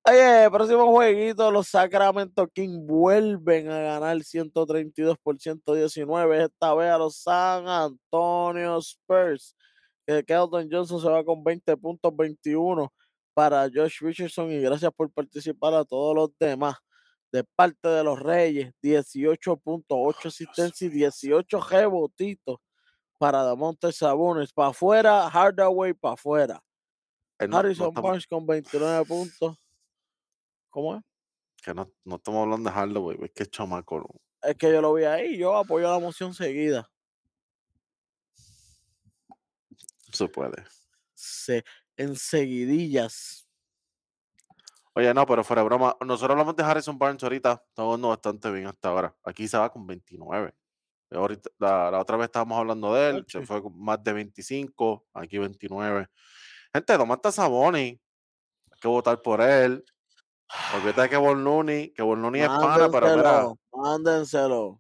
Oye, próximo jueguito, los Sacramento Kings vuelven a ganar 132 por 119, esta vez a los San Antonio Spurs. Que Keldon Johnson se va con 20 puntos, 21 para Josh Richardson, y gracias por participar a todos los demás. De parte de los Reyes, 18 puntos, 8 asistencias y 18 rebotitos para Damonte Sabonis. Para afuera, Hardaway para afuera. No, no Harrison estamos, Barnes con 29 puntos. ¿Cómo es? que no estamos hablando de Hardaway, es que es chamaco. No Es que yo lo vi ahí, yo apoyo la moción seguida. se puede. Enseguidillas. Oye, no, pero fuera de broma, nosotros hablamos de Harrison Barnes ahorita, está jugando bastante bien hasta ahora. Aquí se va con 29. Ahorita, la otra vez estábamos hablando de él, se Ocho. fue con más de 25, aquí 29. Gente, Domantas Sabonis, hay que votar por él. Olvídate de que Bornoni es pana, pero mira, Mándenselo, mándenselo.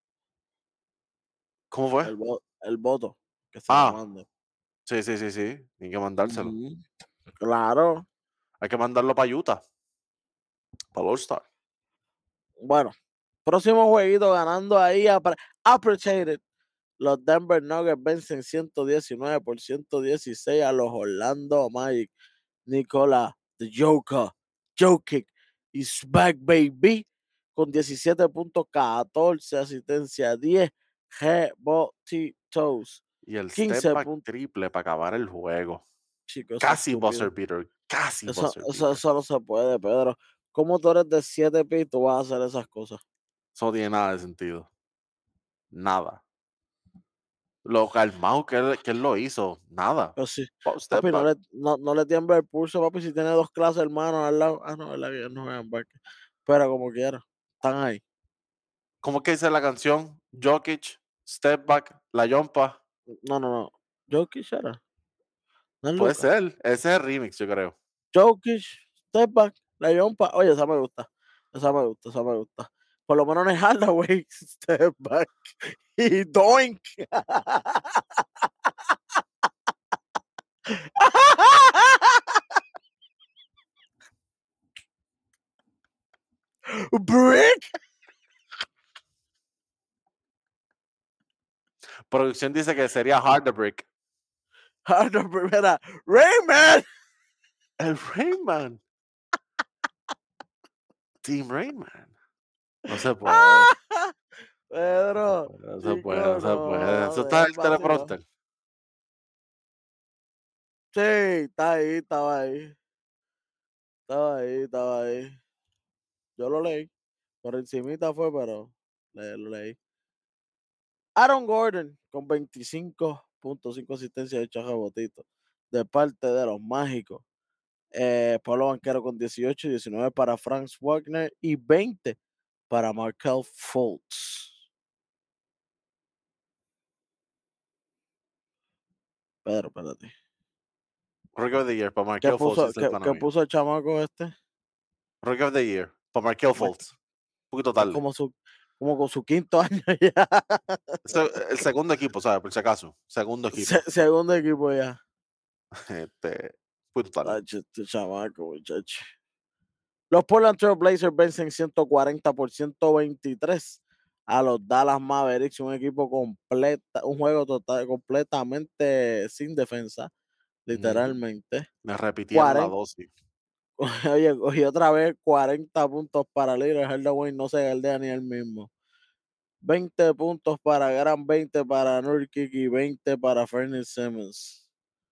¿cómo fue? El voto, que se lo Ah, mande. sí, sí, sí, sí, hay que mandárselo. Ujú. Claro. Hay que mandarlo para Utah, para el All-Star. Bueno, próximo jueguito ganando ahí. Appreciated. Los Denver Nuggets vencen 119 por 116 a los Orlando Magic. Nicola, The Joker, Jokic is back, baby. Con 17 puntos, 14 asistencia, 10 rebotitos. Y el step 15 back puntos, triple para acabar el juego. chicos, eso es Casi estúpido. buzzer beater, casi Eso, buzzer eso, beater. eso no se puede, Pedro. ¿Cómo tú eres de 7 pies y tú vas a hacer esas cosas? Eso no tiene nada de sentido. Nada. Lo calmado que él lo hizo, nada. Pero sí, Step papi, back. no le tiembla el pulso, papi, si tiene dos clases hermanos al lado. Ah, no, es la que no juegan básquet. Pero como quiera, están ahí. ¿Cómo que dice la canción? Jokic, step back, la yompa. No. Jokic era, no es Puede Lucas. ser. Ese es el remix, yo creo. Jokic, step back, la yompa. Oye, esa me gusta. Esa me gusta, esa me gusta. Por lo menos no es Hardaway, step back. Y doink. Brick. Producción dice que sería Hard the Brick. Hardaway, mira, Rayman. El Rayman. Team Rayman. No se puede. Pedro, No se puede, no chico, se puede. Eso no, está deja en el el vacilo. teleprompter. Sí, está ahí, estaba ahí. Estaba ahí, estaba ahí. Yo lo leí. Por encimita fue, pero lo leí. Aaron Gordon con 25.5 asistencias de hecho rebotito de parte de los mágicos. Pablo Banquero con 18, 19 para Franz Wagner y 20 para Markel Fultz. Pedro, espérate. Rookie of the Year para ¿Qué Markel Fultz, puso, dice el qué, pana qué mío. puso el chamaco este? Rookie of the Year para Markel Ma- Fultz. Un poquito Es tarde. como con su quinto año ya. El segundo equipo, ¿sabes? Por si acaso. Segundo equipo. Segundo equipo ya. Un poquito tarde. Tacho, este chamaco, muchacho. Los Portland Trail Blazers vencen 140 por 123 a los Dallas Mavericks, un equipo completa, un juego total, completamente sin defensa, Ujú. literalmente. Me repitieron la 40, dosis. oye, y otra vez 40 puntos para Lillard. Hardaway no se galdea ni él mismo. 20 puntos para Grant, 20 para Nurkic y 20 para Fernie Simmons.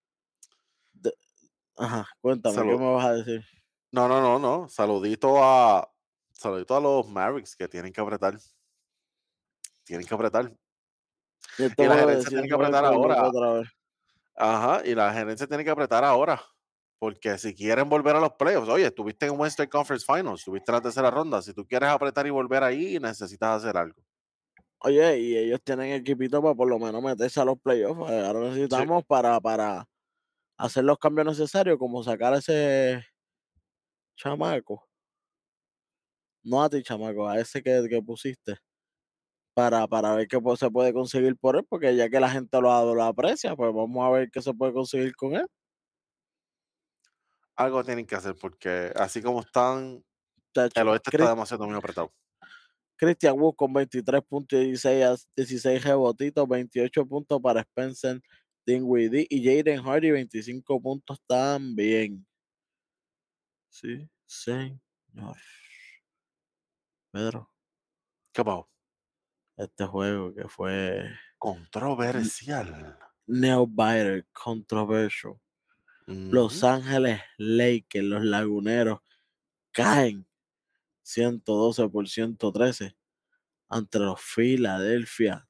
Ajá, cuéntame, ¿qué Salud. me vas a decir? No. Saludito a los Mavericks que tienen que apretar. Tienen que apretar. Este Y la juego gerencia decide tiene que apretar moverme loco ahora. otra vez. Ajá, y la gerencia tiene que apretar ahora. Porque si quieren volver a los playoffs, oye, estuviste en Western Conference Finals, estuviste en la tercera ronda. Si tú quieres apretar y volver ahí, necesitas hacer algo. Oye, y ellos tienen equipito para por lo menos meterse a los playoffs. Ahora Sí. necesitamos para hacer los cambios necesarios, como sacar a ese chamaco, no a ti, chamaco, a ese que pusiste, para ver qué se puede conseguir por él, porque ya que la gente lo aprecia, pues vamos a ver qué se puede conseguir con él. algo tienen que hacer porque así como están, el Chacho. oeste está demasiado muy apretado. Christian Wood con 23 puntos y 16 rebotitos, 28 puntos para Spencer Dinwiddie y Jaden Hardy, 25 puntos también. Sí, señor. Pedro, ¿Qué pasó? este juego que fue Controversial. nail biter, controversial. Los Ujú. Ángeles Lakers, los Laguneros, caen 112 por 113 ante los Philadelphia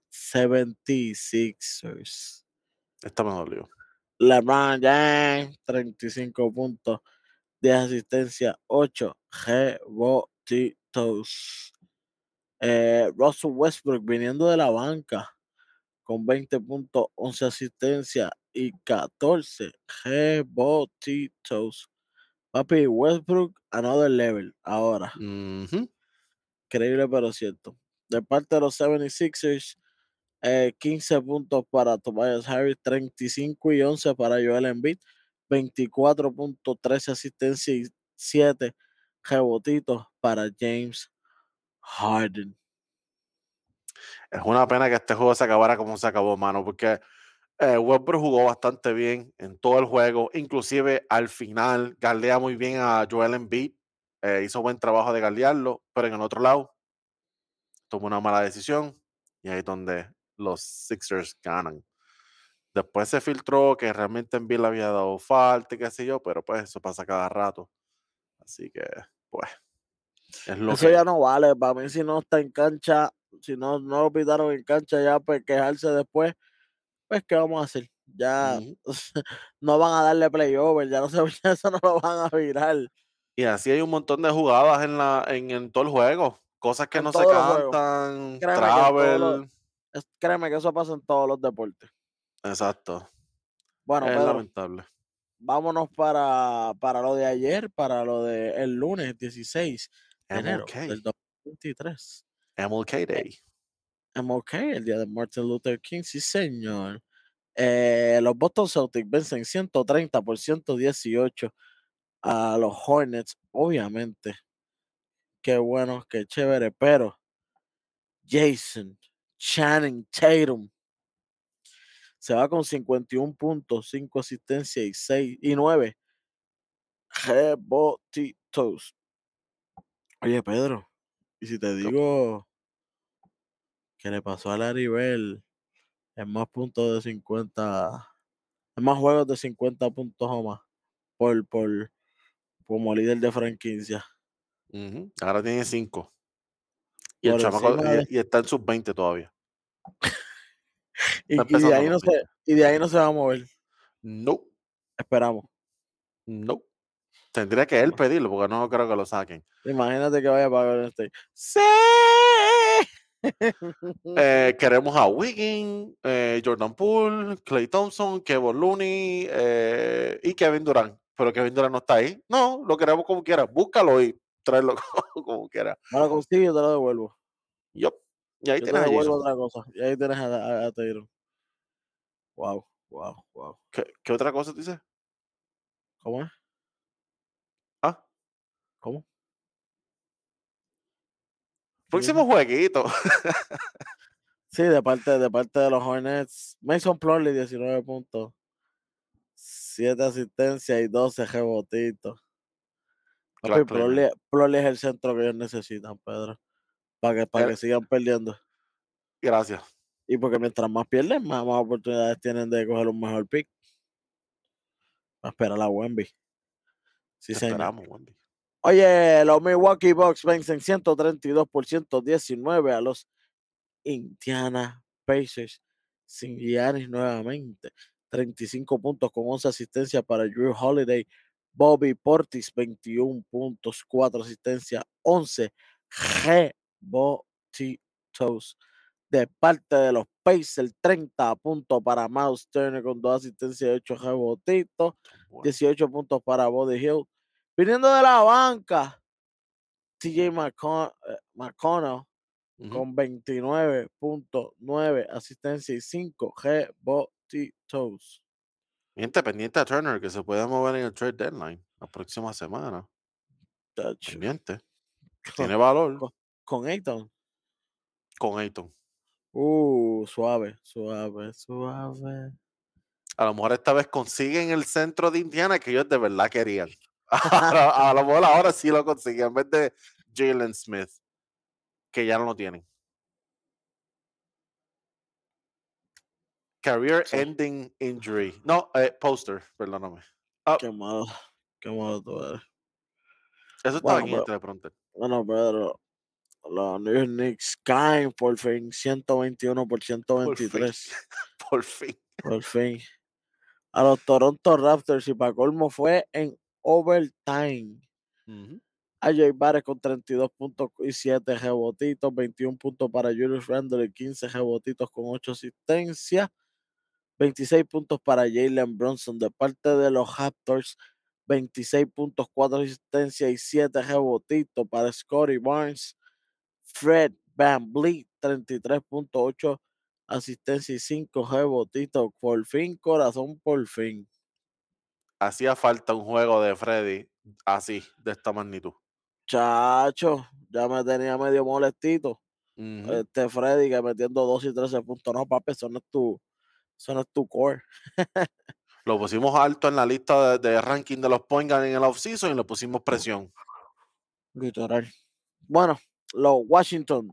76ers. Esta me dolió. LeBron James, 35 puntos, 10 asistencias, 8 rebotitos. Russell Westbrook viniendo de la banca con 20 puntos, 11 asistencias y 14 rebotitos. Papi, Westbrook, another level ahora. Ujú. Increíble pero cierto. De parte de los 76ers, 15 puntos para Tobias Harris, 35 y 11 para Joel Embiid, 24 puntos, 13 asistencias y 7 rebotitos para James Harden. Es una pena que este juego se acabara como se acabó, mano, porque Westbrook jugó bastante bien en todo el juego, inclusive al final galdea muy bien a Joel Embiid, hizo buen trabajo de galdearlo, pero en el otro lado tomó una mala decisión y ahí es donde los Sixers ganan. Después se filtró que realmente Embiid le había dado falta y qué sé yo, pero pues eso pasa cada rato. Así que, pues, es lo Eso que ya es. no vale. Para mí, si no está en cancha, si no lo pitaron en cancha, ya pues quejarse después, pues, ¿qué vamos a hacer? Ya Ujú. no van a darle playover, ya no se, ya eso no lo van a virar Y así hay un montón de jugadas en todo el juego, cosas que en no se todos los juegos. cantan, Créeme que en todos los, travel, créeme que eso pasa en todos los deportes. exacto. Bueno, Es Pedro, lamentable. vámonos para lo de ayer, para lo de el lunes 16 de enero MLK, del 2023. MLK Eh, Day. MLK, el día de Martin Luther King, sí señor. Los Boston Celtics vencen 130 por 118 a los Hornets, obviamente. Qué bueno, qué chévere, pero Jason Channing Tatum se va con 51 puntos, 5 asistencias y 6 y 9 rebotitos. Oye, Pedro, y si te Co- digo que le pasó a Larry Bell en más puntos de 50, en más juegos de 50 puntos o más, por, por, como líder de franquicia, Ujú. Ahora tiene 5. Y el por chamaco encima de, y está en sus 20 todavía. Está y de empezando ahí los no se, 20. y de ahí no se va a mover. No, Esperamos. no. Tendría que él pedirlo porque no creo que lo saquen. Imagínate que vaya para Golden State. ¡Sí! Queremos a Wiggins, Jordan Poole, Clay Thompson, Kevin Looney y Kevin Durant. Pero Kevin Durant no está ahí. No, lo queremos como quiera. Búscalo y tráelo como quiera. Me lo consigo y te lo devuelvo. Yup. Y ahí Yo te tienes a devuelvo Jason. otra cosa. Y ahí tienes a Taylor. Wow, wow, wow. ¿Qué otra cosa te dice? ¿Cómo es? Ah, ¿Cómo? ¿Qué próximo dices? jueguito. Sí, de parte de los Hornets. Mason Plumlee, 19 puntos. 7 asistencias y 12 rebotitos. Papi, Clark Leonard. Plumlee es el centro que ellos necesitan, Pedro. Para que Él- sigan perdiendo. gracias. Y porque mientras más pierden, más oportunidades tienen de coger un mejor pick. A esperar a Wemby. Sí, Te señor. esperamos, Wendy. Oye, los Milwaukee Bucks vencen 132 por 119 a los Indiana Pacers sin Giannis nuevamente. 35 puntos con 11 asistencias para Drew Holiday. Bobby Portis, 21 puntos, 4 asistencias, 11 rebotitos de parte de los Pacers. 30 puntos para Miles Turner con 2 asistencias y 8 rebotitos. Bueno. 18 puntos para Buddy Hield. Viniendo de la banca, TJ McConnell Ujú. con 29.9 asistencia y 5 rebotitos. Pendiente a Turner que se puede mover en el trade deadline. La próxima semana. Tacho. Pendiente. Con, Tiene valor con Ayton. con Ayton. Suave, suave, suave. A lo mejor esta vez consiguen el centro de Indiana que ellos de verdad querían. A lo mejor ahora sí lo consiguen en vez de Jalen Smith, que ya no lo tienen. Career Sí, ending injury. No, poster, perdóname. qué malo, qué malo tú eres. Eso estaba Bueno, aquí en el pero, teleprompter. bueno, pero los New York Knicks caen por fin 121 por Por fin. 123. Por fin. Por fin. A los Toronto Raptors y para colmo fue en overtime. Ujú. A Jay Barrett con 32 puntos y 7 rebotitos, 21 puntos para Julius Randle y 15 rebotitos con 8 asistencias, 26 puntos para Jalen Brunson de parte de los Raptors, 26 puntos, 4 asistencias y 7 rebotitos para Scotty Barnes, Fred VanVleet, 33.8 asistencia y 5 rebotitos. Por fin, corazón, por fin. Hacía falta un juego de Freddy así, de esta magnitud. Chacho, ya me tenía medio molestito. Ujú. Freddy que metiendo 2 y 13 puntos. No, papi, eso no es tu core. Lo pusimos alto en la lista de ranking de los point guard en el offseason y le pusimos presión. Literal. Bueno, los Washington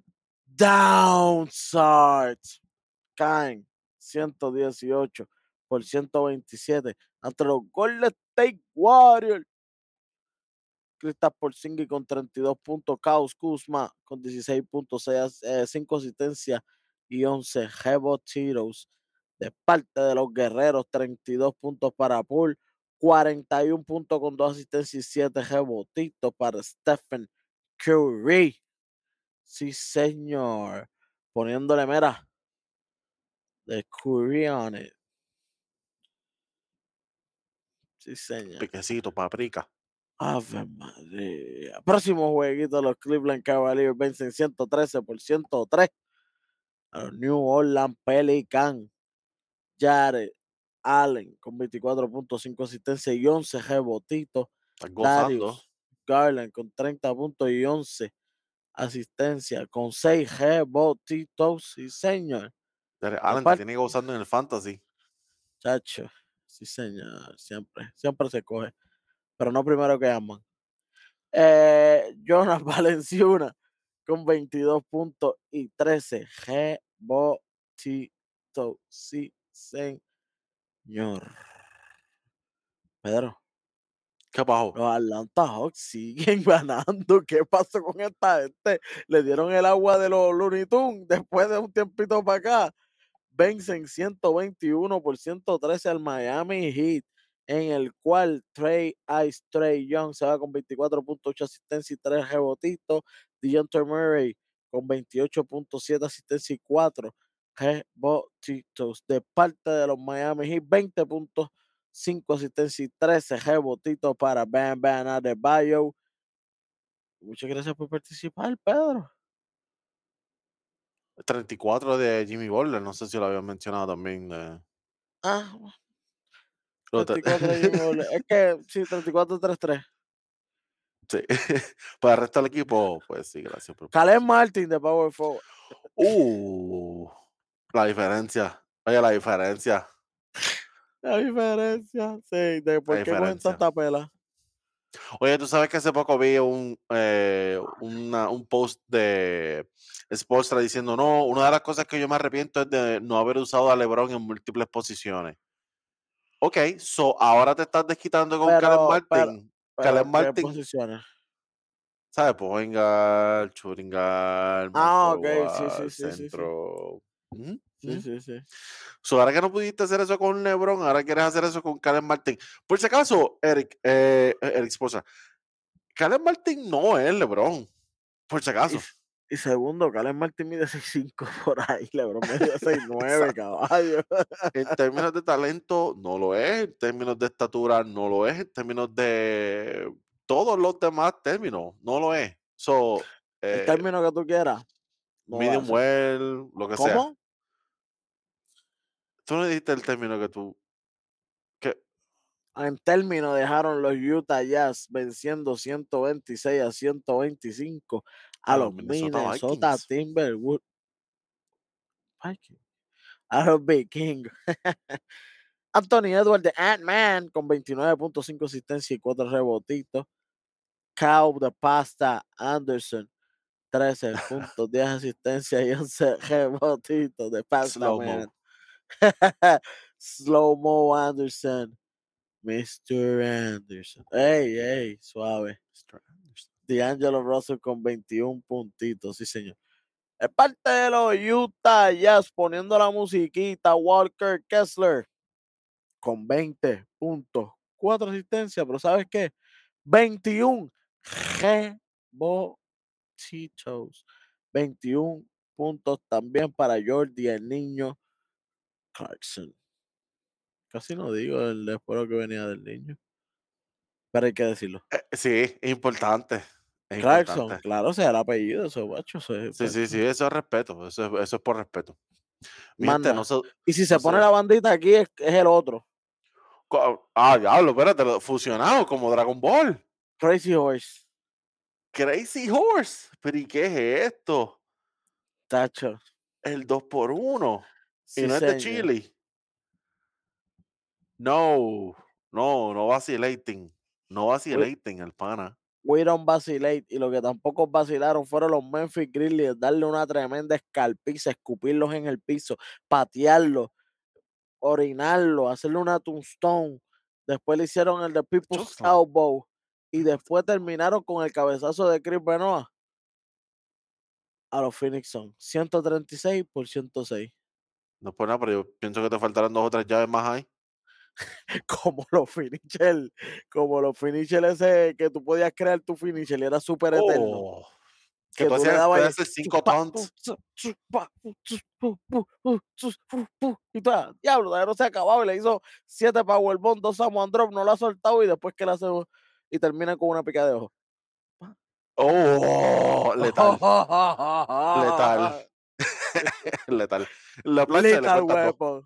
Downsides caen 118 por 127 ante los Golden State Warriors. Kristaps Porzingis con 32 puntos, Kyle Kuzma con 16 puntos, 5 asistencias y 11 rebotes de parte de los Guerreros, 32 puntos para Poole, 41 puntos con 2 asistencias y 7 rebotitos para Stephen Curry. Sí, señor. Poniéndole, mera, de Curry on it. Sí, señor. Piquecito, paprika. Ave María. Próximo jueguito, los Cleveland Cavaliers vencen 113 por 103 a los New Orleans Pelicans. Jared Allen con 24.5 asistencia y 11 rebotitos. Estás gozando. Darius Garland con 30 puntos y 11 asistencia con 6 rebotitos. Sí, señor. De Allen te parte, tiene gozando en el fantasy. chacho. Sí, señor. Siempre, siempre se coge. Pero no primero que aman. Jonas Valenciuna con 22 puntos y 13 rebotitos. Sí, señor. Pedro, ¿Qué pasó? los Atlanta Hawks siguen ganando. ¿Qué pasó con esta gente? Le dieron el agua de los Looney Tunes después de un tiempito para acá. Vencen 121 por 113 al Miami Heat, en el cual Trey Young se va con 24.8 asistencia y 3 rebotitos. DeJounte Murray con 28.7 asistencia y 4 rebotitos. De parte de los Miami Heat, 20.5 asistencia y 13 rebotitos para Bam Bam Adebayo. Muchas gracias por participar, Pedro. 34 de Jimmy Butler, no sé si lo había mencionado también. Ah, Lo te- 34 de Jimmy Butler. Es que sí, 34-3-3. sí. Para el resto del equipo, pues sí, gracias por Caleb participar. Martin de Power Forward. Uh, la diferencia. Oye, la diferencia. La diferencia, sí, de La por qué cogen diferencia. tanta pela. Oye, tú sabes que hace poco vi un post de Sportstra diciendo, no, una de las cosas que yo me arrepiento es de no haber usado a LeBron en múltiples posiciones. Ok, so ahora te estás desquitando con Caleb Pero, pero, Martin. Caleb pero, ¿qué Martin, posiciones? ¿sabes? Point guard, shooting guard, more Ah, ok, sí, sí, forward, sí, sí, sí. centro. Ujú, Sí, ujú. sí, sí. So, ahora que no pudiste hacer eso con LeBron, ahora quieres hacer eso con Caleb Martin. Por si acaso, Eric Sposa, Caleb Martin no es LeBron, por si Y, acaso. y segundo, Caleb Martin mide 6'5" por ahí, LeBron medio 6'9", Exacto. caballo. En términos de talento, no lo es. En términos de estatura, no lo es. En términos de todos los demás términos, no lo es. So, El eh, término que tú quieras, no va a medium ser. well, lo que sea. ¿Cómo? Tú no dijiste el término que tú. Que, En términos dejaron los Utah Jazz venciendo 126-125 a A los los Minnesota Minnesota Vikings. Timberwolves. A los Vikings. Anthony Edwards de Ant-Man con 29.5 asistencia y 4 rebotitos. Cow de Pasta Anderson, 13 puntos, 10 asistencias y 11 rebotitos de Pasta Slow-mo. Man. Slow Mo Anderson, Mr. Anderson. Ey, suave. D'Angelo Russell con 21 puntitos, sí señor. Es parte de los Utah Jazz poniendo la musiquita. Walker Kessler con 20 puntos, 4 asistencias, pero ¿sabes qué? 21 rebotitos, 21 puntos también para Jordi, el niño Clarkson. Casi no digo el esfuerzo que venía del niño, pero hay que decirlo. Sí, es importante. Es Clarkson, importante. claro, sea el apellido, eso, macho, Sí, sí, sí, eso es respeto. Eso es por respeto. Mi gente, manda. Y si se no pone sé. la bandita aquí, es el otro. Diablo, espérate, fusionado como Dragon Ball. Crazy Horse, Crazy Horse. ¿Pero y qué es esto? tacho. El 2x1. Y Sí, no es de señor. Chile. No vacilating. No We, vacilating, el pana. we don't vacilate. Y lo que tampoco vacilaron fueron los Memphis Grizzlies, darle una tremenda escalpiza, escupirlos en el piso, patearlos, orinarlo, hacerle una tombstone. Después le hicieron el de People's Chokeslam. Elbow. Y después terminaron con el cabezazo de Chris Benoit a los Phoenix Suns. 136-106. No es por nada, pero yo pienso que te faltarán 2 o 3 llaves más ahí. Como los finisher ese que tú podías crear tu finisher y era súper eterno. Oh, que Que tú tú le hacías, dabas puedes y hacer 5 chupa, taunts. y tú, diablo, todavía no se ha acabado y le hizo 7 powerbomb, 2 Samoan drop, no lo ha soltado y después que le hace y termina con una pica de ojo. Oh, letal, letal, letal. La plancha le Lethal cuenta todo. weapon.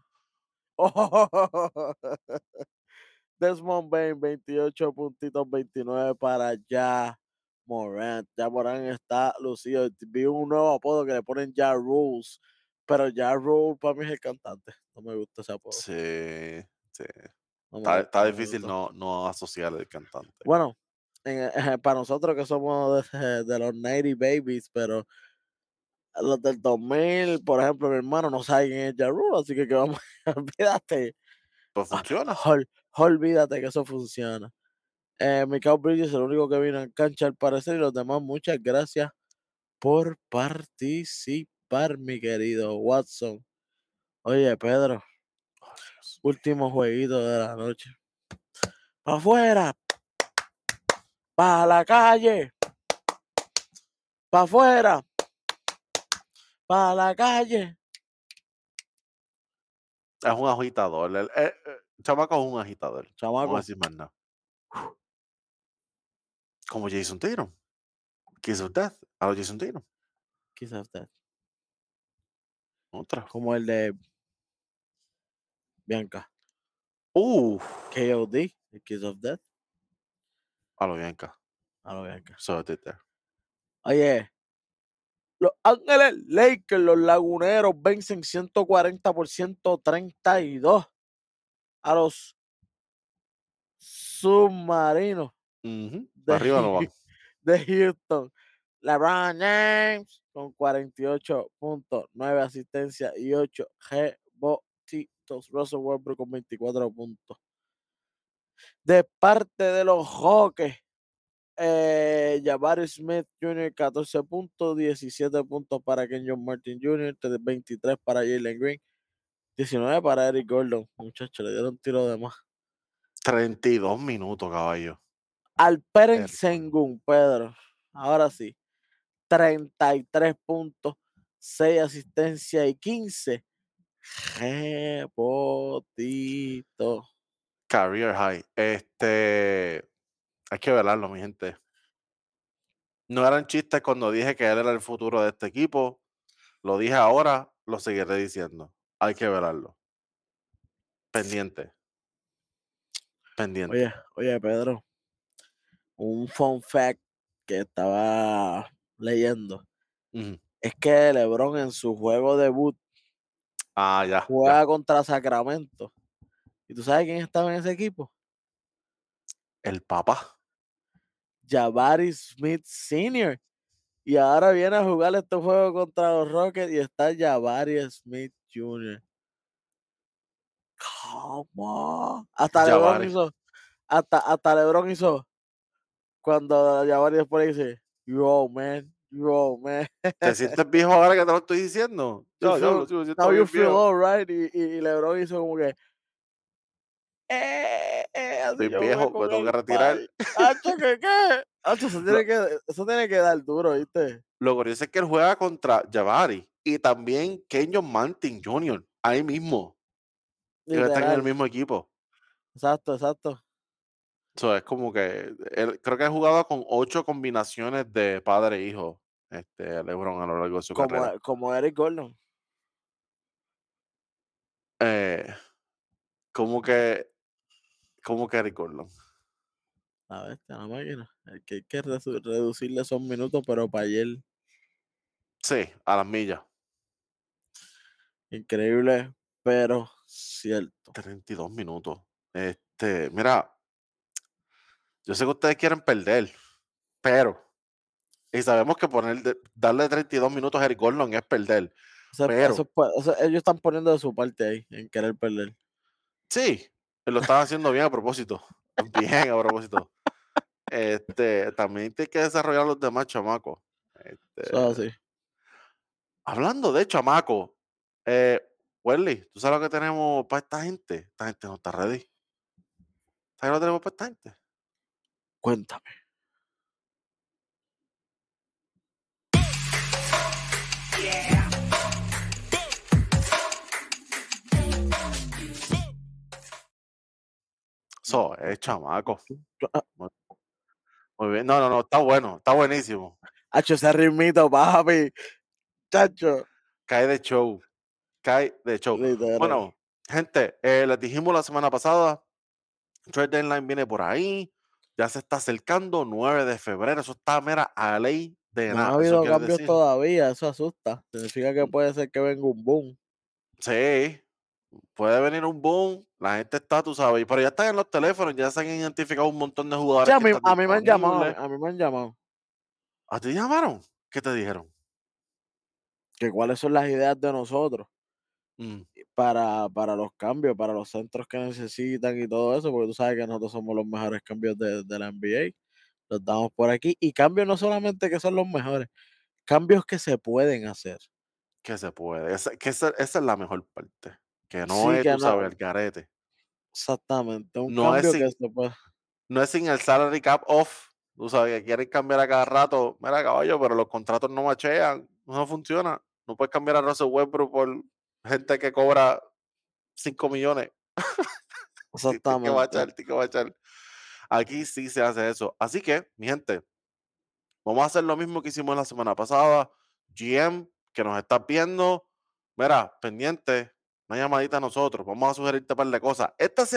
Desmond Bain, 28 puntitos, 29 para ya Morant. Ya Morant está lucido. Vi un nuevo apodo que le ponen Ya Rules, pero Ya Rule para mí es el cantante. No me gusta ese apodo. Sí, sí. No me Está gusta, no me difícil gusta. no asociar el cantante. Bueno, para nosotros que somos de los 90 Babies, pero los del 2000, por ejemplo, mi hermano no sabe quién es Ja Rule, así que vamos, olvídate, Pues funciona. olvídate que eso funciona. Mikal Bridges es el único que vino en cancha al parecer y los demás, muchas gracias por participar, mi querido Watson. Oye, Pedro, Ay, Dios mío. último jueguito de la noche. ¡Pa' afuera! ¡Pa' la calle! ¡Pa' afuera! ¡Pa' la calle! Es un agitador. El chamaco es un agitador. No voy a Chamaco, decir más nada. Como Jason Tatum. Kiss of Death. A los Jason Tatum. quizás usted, Otra. como el de Bianca. Uf. KOD, el Kiss of Death, A lo Bianca. a lo Bianca. So did there. Oye, Los Ángeles Lakers, los laguneros, vencen 140 por 132 a los submarinos Ujú. Para de, arriba no van. de Houston. LeBron James con 48 puntos, 9 asistencias y 8 rebotitos. Russell Westbrook con 24 puntos. De parte de los Rockets, Jabari Smith Jr. 14 puntos, 17 puntos para Kenyon Martin Jr., 23 para Jalen Green, 19 para Eric Gordon. Muchachos, le dieron tiro de más. 32 minutos, caballo. Alperen Eric Gordon. Sengun, Pedro. Ahora sí, 33 puntos, 6 asistencias y 15 rebotitos. Career high. Hay que velarlo, mi gente. No eran chistes cuando dije que él era el futuro de este equipo. Lo dije ahora, lo seguiré diciendo. Hay que velarlo. Pendiente. pendiente. Oye, Pedro, un fun fact que estaba leyendo Ujú. es que LeBron en su juego debut Ah, ya, ya. juega contra Sacramento. ¿Y tú sabes quién estaba en ese equipo? El papá. Jabari Smith Sr. Y ahora viene a jugar este juego contra los Rockets y está Jabari Smith Jr. Come on. Hasta LeBron Jabari. hizo, hasta LeBron hizo cuando Jabari después le dice, you old man, you old man. ¿Te sientes viejo ahora que te lo estoy diciendo? You Yo lo feel, sigo now siento you bien feel viejo. all right. Y LeBron hizo como que, así Estoy yo jugué viejo, me con tengo que el retirar. pai. Hacho, ¿qué? Hacho, Lo, eso tiene que dar duro, ¿viste? lo curioso es que él juega contra Jabari y también Kenyon Martin Jr. ahí mismo. Y están en el Literal. mismo equipo. Exacto, exacto. So, es como que creo que ha jugado con 8 combinaciones de padre e hijo, LeBron a lo largo de su carrera. Como Eric Gordon. Eh, como que, como que Eric Gordon. La bestia, la máquina. Hay que reducirle esos minutos, pero para ayer, Sí, a las millas. increíble, pero cierto. 32 minutos. Mira, yo sé que ustedes quieren perder, pero, y sabemos que darle 32 minutos a Eric Gordon es perder, pero Ellos están poniendo de su parte ahí, en querer perder. sí, lo están haciendo bien a propósito. Bien a propósito. También tiene que desarrollar los demás chamacos. Eso es Este, así. hablando de chamacos, Welly, ¿tú sabes lo que tenemos para esta gente? Esta gente no está ready. ¿Sabes lo que tenemos para esta gente? Cuéntame. So, es chamaco. Ah, Muy, muy bien. No, no, no, está bueno, está buenísimo. hacho, ese ritmito, papi. Chacho. Cae de show, cae de show. Literal. Bueno, gente, les dijimos la semana pasada, Trade Deadline viene por ahí, ya se está acercando, 9 de febrero, eso está mera a ley de No ha nada. Eso habido quiere cambios decir, todavía, eso asusta. Significa que puede ser que venga un boom. sí, puede venir un boom, la gente está, tú sabes, pero ya están en los teléfonos, ya se han identificado un montón de Sí, jugadores que están a mí me han llamado, disponibles. a mí me han llamado. ¿A ti llamaron? ¿Qué te dijeron? Que cuáles son las ideas de nosotros Mm, para los cambios, para los centros que necesitan y todo eso, porque tú sabes que nosotros somos los mejores cambios de la NBA. Los damos por aquí. Y cambios no solamente que son los mejores, cambios que se pueden hacer. que se puede, esa es la mejor parte, que no Sí, es, que tú sabes, no, el garete. exactamente, un No es cambio que sin, se puede. no es sin el salary cap off. Tú sabes que quieren cambiar a cada rato. Mira, caballo, pero los contratos no machean. No funciona. No puedes cambiar a Russell Westbrook por gente que cobra 5 millones. Tienes que Exactamente. machar, tienes que machar. Aquí sí se hace eso. Así que, mi gente, vamos a hacer lo mismo que hicimos la semana pasada. GM, que nos estás viendo, mira, pendiente, una llamadita a nosotros. Vamos a sugerirte un par de cosas.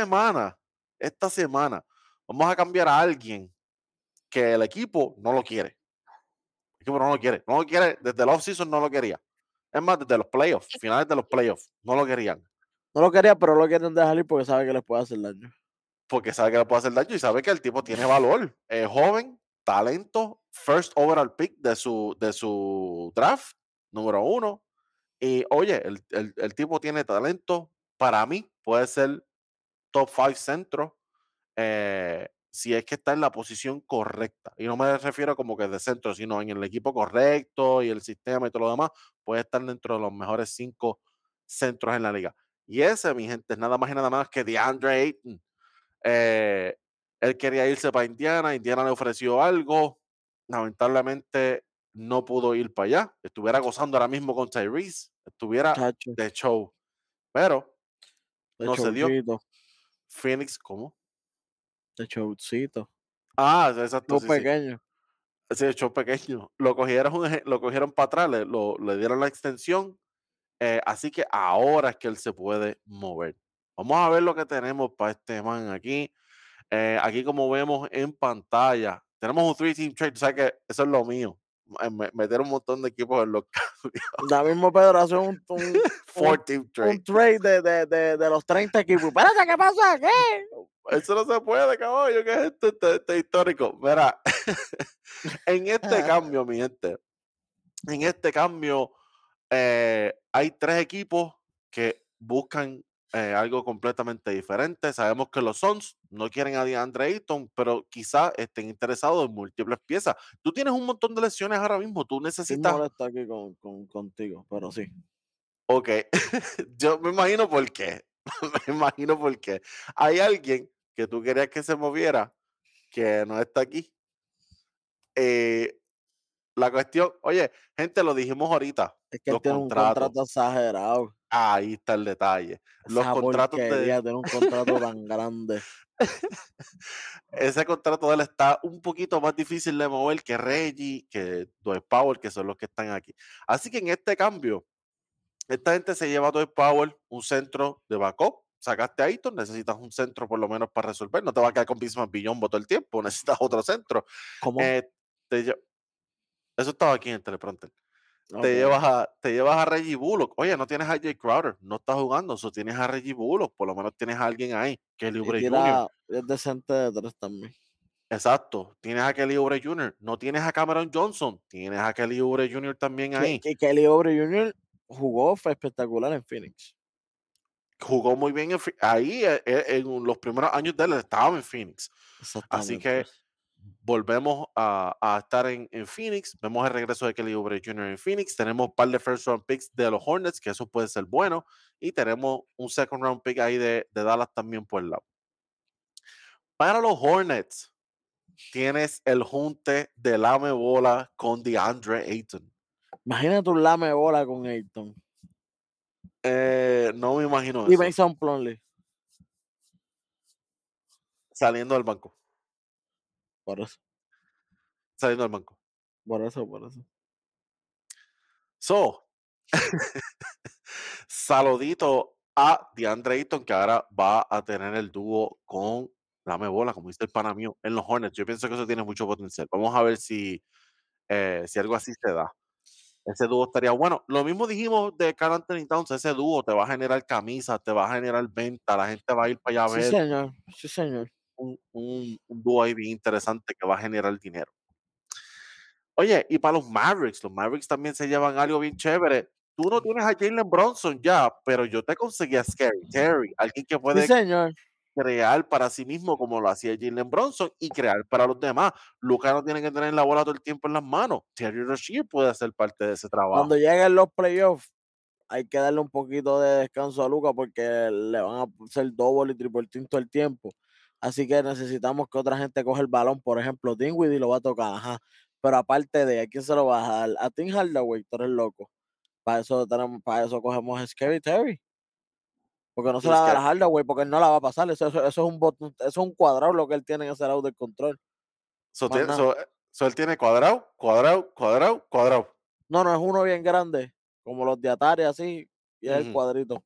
Esta semana, vamos a cambiar a alguien que el equipo no lo quiere. El equipo no lo quiere. No lo quiere, desde el offseason no lo quería. Es más, desde los playoffs, finales de los playoffs, no lo querían. No lo quería, pero lo quieren dejar ir porque sabe que les puede hacer daño. Porque sabe que le puede hacer daño y sabe que el tipo tiene valor. Es joven, talento, first overall pick de su draft, número 1. Y oye, el tipo tiene talento. Para mí, puede ser top 5 centro. Si es que está en la posición correcta. Y no me refiero como que de centro, sino en el equipo correcto y el sistema y todo lo demás, puede estar dentro de los mejores 5 centros en la liga. Y ese, mi gente, es nada más y nada más que DeAndre Ayton. Eh, Él quería irse para Indiana, Indiana le ofreció algo, lamentablemente no pudo ir para allá. Estuviera gozando ahora mismo con Tyrese, estuviera Chacho, de show, pero de no se dio. showcito, Phoenix, ¿cómo? de showcito. Ah, exacto, Show sí, sí. pequeño. Ese show pequeño. Lo cogieron para atrás, le dieron la extensión. Así que ahora es que él se puede mover. Vamos a ver lo que tenemos para este man aquí. Aquí como vemos en pantalla, tenemos un three-team trade, o sea que eso es lo mío, meter un montón de equipos en los cambios. Ya mismo Pedro hace Four-team trade. un trade de los 30 equipos. Espérate, ¿qué pasa? ¿Qué? Eso no se puede, caballo, ¿qué es esto? Esto es histórico. Mira, en este cambio, mi gente, en este cambio hay 3 equipos que buscan algo completamente diferente. Sabemos que los Suns no quieren a DeAndre Ayton, pero quizás estén interesados en múltiples piezas. Tú tienes un montón de lesiones ahora mismo, tú Estoy necesitas. molesto aquí contigo, pero sí. Ok, yo me imagino por qué. Me imagino por qué. Hay alguien que tú querías que se moviera, que no está aquí. Eh, la cuestión, oye, gente, lo dijimos ahorita, Es que él los tiene un contrato contratos. exagerado. Ahí está el detalle. Los Esa contratos de porquería tiene un contrato tan grande. ese contrato de él está un poquito más difícil de mover que Reggie, que Dwight Powell, que son los que están aquí. Así que en este cambio, esta gente se lleva a Dwight Powell, un centro de backup. Sacaste a Ayton, necesitas un centro por lo menos para resolver. No te va a quedar con Bismarck Billombo todo el tiempo, necesitas otro centro. ¿Cómo? Eh, te lle- Eso estaba aquí en el teleprompter. Ok, ok. Te llevas a Reggie Bullock. Oye, no tienes a Jay Crowder, no estás jugando, eso tienes a Reggie Bullock, por lo menos tienes a alguien ahí, Kelly Y Oubre Jr. tira, es decente de tres también. Exacto, tienes a Kelly Oubre Jr., no tienes a Cameron Johnson, tienes a Kelly Oubre Jr. también ahí. Kelly Oubre Jr. jugó, fue espectacular en Phoenix. Jugó muy bien ahí en los primeros años de él estaba en Phoenix. Así Exactamente. que volvemos a estar en Phoenix. Vemos el regreso de Kelly Oubre Jr. en Phoenix. Tenemos un par de first round picks de los Hornets, que eso puede ser bueno. Y tenemos un second round pick ahí de Dallas también por el lado. Para los Hornets, tienes el junte de lame bola con DeAndre Ayton. Imagínate un lame bola con Ayton. No me imagino Y eso. Mason Plumlee. Saliendo del banco. Por eso, Saliendo del banco. por eso. So, saludito a DeAndre Ayton, que ahora va a tener el dúo con Lame Bola, como dice el pana mío, en los Hornets. Yo pienso que eso tiene mucho potencial. Vamos a ver si algo así se da. Ese dúo estaría bueno. Lo mismo dijimos de Karl Anthony Towns, ese dúo te va a generar camisas, te va a generar venta, la gente va a ir para allá a Sí, ver señor. Sí, señor. un dúo ahí bien interesante que va a generar dinero. Oye, y para los Mavericks también se llevan algo bien chévere. Tú no tienes a Jalen Bronson ya, pero yo te conseguí a Scary Terry, alguien que Sí, puede señor. crear para sí mismo como lo hacía Jalen Bronson y crear para los demás. Luka no tiene que tener la bola todo el tiempo en las manos. Terry Rozier puede hacer parte de ese Cuando trabajo. lleguen los playoffs, hay que darle un poquito de descanso a Luca porque le van a hacer doble y triple team todo el tiempo. Así que necesitamos que otra gente coja el balón. Por ejemplo, Dinwiddie lo va a tocar, ajá. Pero aparte de, ¿a quién se lo va a dar? A Tim Hardaway, tú eres loco. Para eso cogemos a Scary Terry. Porque no se Y la es da a que la Hardaway, porque él no la va a pasar. Eso es un eso es un cuadrado lo que él tiene en ese lado del control. Más nada. él tiene cuadrado, cuadrado, cuadrado, cuadrado. No, no es uno bien grande, como los de Atari, así, y es el Ujú. cuadrito.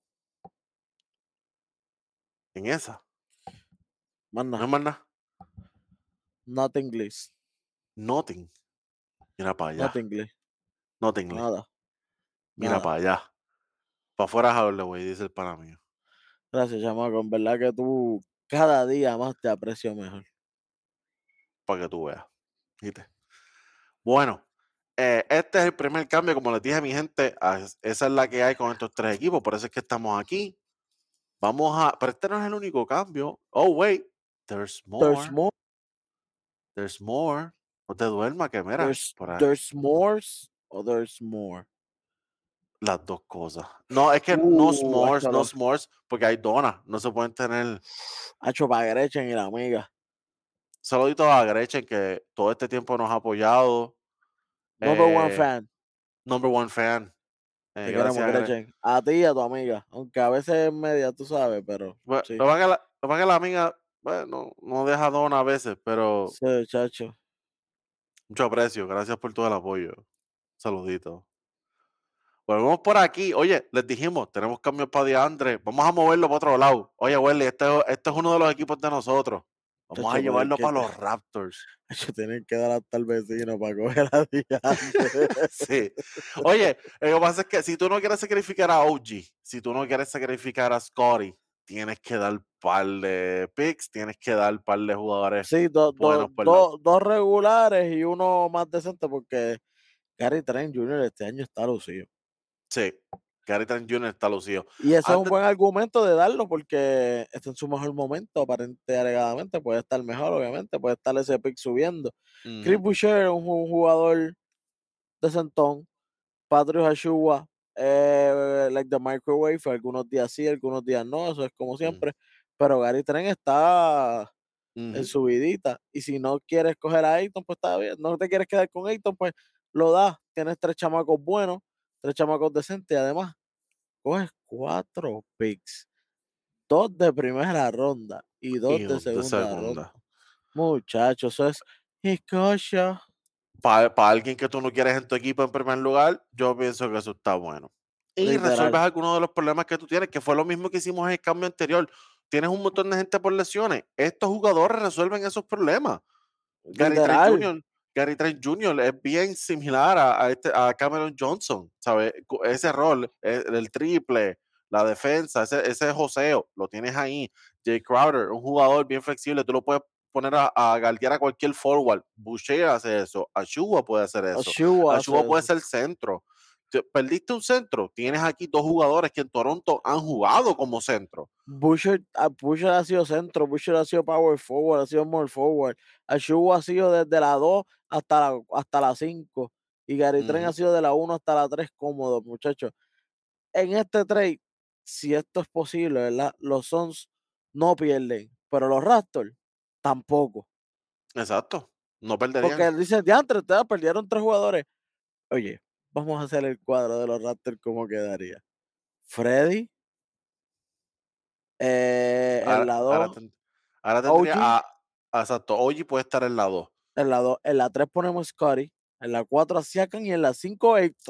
En esa, Más no es nada. más nada. Nothing list. Nothing. Mira para allá. Nothing list. Nothingly. Nada. Mira Nada. para allá. Para afuera jable, güey, dice el pana mío. Gracias, chamaco. En verdad que tú cada día más te aprecio mejor. Para que tú veas. ¿Viste? Bueno, este es el primer cambio, como les dije a mi gente, esa es la que hay con estos 3 equipos, por eso es que estamos aquí. Pero este no es el único cambio. Oh, wait, there's There's more, more. there's more. No te duermas que mira, There's more or there's more. las dos cosas. No, es que no s'mores, Hacho, no s'mores, porque hay donas, no se pueden tener. hacho para Gretchen y la amiga. Saludito a Gretchen, que todo este tiempo nos ha apoyado. Number one eh, fan. Number one fan. Te queremos, Gracias, Gretchen. Gretchen. A ti y a tu amiga. Aunque a veces es media, tú sabes, pero Bueno, sí. lo que la amiga, bueno, no deja dona a veces, pero Sí, chacho. mucho aprecio. Gracias por todo el apoyo. Saludito. Volvemos por aquí. Oye, les dijimos, tenemos cambios para DeAndre. Vamos a moverlo para otro lado. Oye, Welly, este es uno de los equipos de nosotros. Vamos a Chacho, pero es llevarlo que para los Raptors. chacho, tienen que dar hasta el vecino para coger a diantre. Sí. Oye, lo que pasa es que si tú no quieres sacrificar a OG, si tú no quieres sacrificar a Scotty, tienes que dar par de picks, tienes que dar par de jugadores Sí, buenos por el lado. dos regulares y uno más decente porque Gary Trent Jr. este año está lucido. Sí, Gary Trent Jr. está lucido. Y ese es un Antes, buen argumento de darlo porque está en su mejor momento, aparente alegadamente, puede estar mejor, obviamente, puede estar ese pick subiendo. Chris ujú, Boucher es un jugador decentón, Patrick Achua, like the microwave, algunos días sí, algunos días no, eso es como ujú, siempre, pero Gary Trent está en ujú, su vidita, y si no quieres coger a Ayton, pues está bien, no te quieres quedar con Ayton, pues lo das, tienes tres chamacos buenos, tres chamacos decentes, y además, coges cuatro picks, dos de primera ronda y y dos de de segunda ronda. segunda. Muchachos, eso es escocia, Para alguien que tú no quieres en tu equipo en primer lugar, yo pienso que eso está bueno. Y resuelves literal, algunos de los problemas que tú tienes, que fue lo mismo que hicimos en el cambio anterior. Tienes un montón de gente por lesiones. Estos jugadores resuelven esos problemas. Gary Trent literal. Jr. Gary Trent Jr. es bien similar a Cameron Johnson, ¿sabes? Ese rol, el triple, la defensa, ese joseo, lo tienes ahí. Jay Crowder, un jugador bien flexible, tú lo puedes poner a galdear a cualquier forward. Boucher hace eso, Ashua puede hacer eso, Shua Ashua hace puede eso. ser centro. Perdiste un centro, tienes aquí dos jugadores que en Toronto han jugado como centro. Butcher ha sido centro, Butcher ha sido power forward, ha sido more forward. Shua ha sido desde la 2 hasta la 5. Y Gary Trent ha Ujú, sido de la 1 hasta la 3 cómodo, muchachos. En este trade, si esto es posible, ¿verdad? Los Suns no pierden, pero los Raptors tampoco. exacto, no perderían. Porque dicen, diantre, ustedes perdieron tres jugadores. Oye, vamos a hacer el cuadro de los Raptors, ¿cómo quedaría? Freddy, en Ahora, la ahora, 2, ahora tendría OG. exacto, Oji puede estar en la 2. En la 3 ponemos Scotty, en la 4 a Siakam y en la 5 Ayton.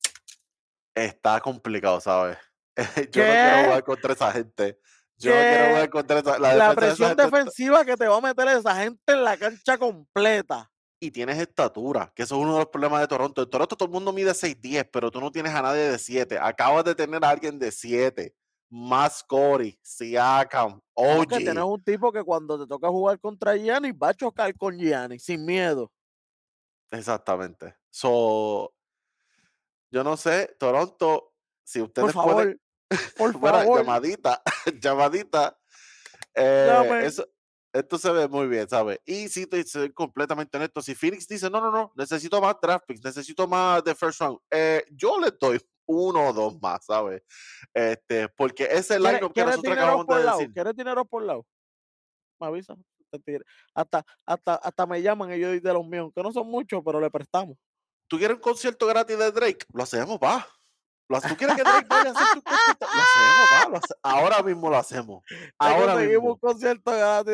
Está complicado, ¿sabes? Yo no quiero ¿Qué? jugar contra esa gente. Yo no quiero ¿Qué? jugar contra la La defensa de esa presión gente. defensiva que te va a meter esa gente en la cancha completa. Y tienes estatura, que eso es uno de los problemas de Toronto. En Toronto todo el mundo mide 6'10", pero tú no tienes a nadie de 7. Acabas de tener a alguien de 7. Más Corey, Siakam, No, que tienes OG. un tipo que cuando te toca jugar contra Giannis va a chocar con Giannis sin miedo. Exactamente. So, yo no sé, Toronto, si Por ustedes pueden, favor, por bueno, favor, llamadita, llamadita. llamen. Eso, esto se ve muy bien, ¿sabes? Y si te soy completamente honesto, si Phoenix dice, no, no, no, necesito más draft picks, necesito más de first round, yo le doy uno o dos más, ¿sabes? Porque ese lineup que ¿Quieres nosotros dinero acabamos de por lado? decir, ¿Quieres dinero por lado? Me avisa. Hasta me llaman ellos de los míos, que no son muchos, pero le prestamos. ¿tú quieres un concierto gratis de Drake? Lo hacemos, va. ¿Tú quieres que Drake vaya a hacer tu concierto? Lo hacemos, va. Ahora mismo lo hacemos. Te Ahora conseguimos un mismo. concierto gratis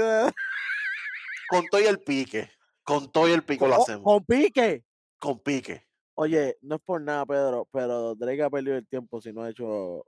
Con todo y el pique. Con todo y el pico lo hacemos. con Pique. Con pique. Oye, no es por nada, Pedro, pero Drake ha perdido el tiempo si no ha hecho,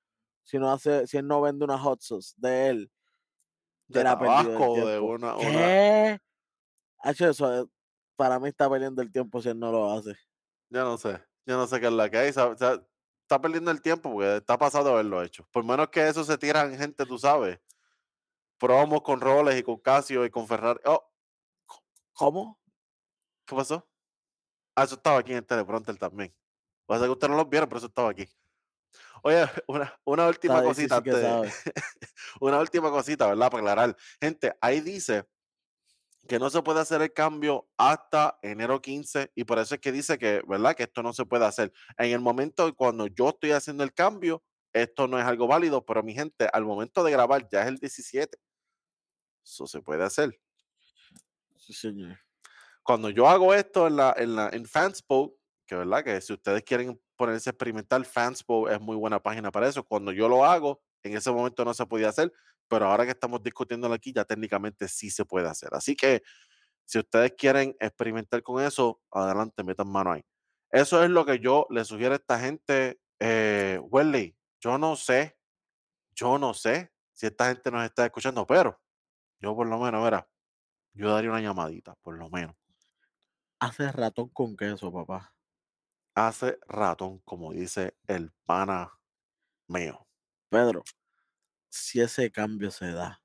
si él no vende una hot sauce de él, De él ha perdido el Tabasco, de tiempo. una. ¿Qué? Hacho, eso, para mí está perdiendo el tiempo si él no lo hace. Yo no sé qué es la que hay, está perdiendo el tiempo porque está pasado de haberlo hecho. Por menos que eso se tiran gente, tú sabes, promos con Rolex y con Casio y con Ferrari. Oh, ¿Cómo? ¿qué pasó? Ah, eso estaba aquí en el teleprompter también. Pasa que ustedes no lo vieron, pero eso estaba aquí. Oye, una última Está cosita difícil que antes de- sabe. una última cosita, ¿verdad? Para aclarar. Gente, ahí dice que no se puede hacer el cambio hasta enero 15 y por eso es que dice que, ¿verdad? Que esto no se puede hacer. En el momento cuando yo estoy haciendo el cambio, esto no es algo válido, pero mi gente, al momento de grabar ya es el 17. Eso se puede hacer. Sí, señor. Cuando yo hago esto en Fanspo, que verdad que si ustedes quieren ponerse a experimentar, Fanspo es muy buena página para eso. Cuando yo lo hago, en ese momento no se podía hacer, pero ahora que estamos discutiéndolo aquí, ya técnicamente sí se puede hacer. Así que si ustedes quieren experimentar con eso, adelante, metan mano ahí. Eso es lo que yo le sugiero a esta gente. Welly, yo no sé si esta gente nos está escuchando, pero yo por lo menos, mira, Yo daría una llamadita, por lo menos. Hace ratón con queso, papá. Hace ratón, como dice el pana mío. Pedro, si ese cambio se da.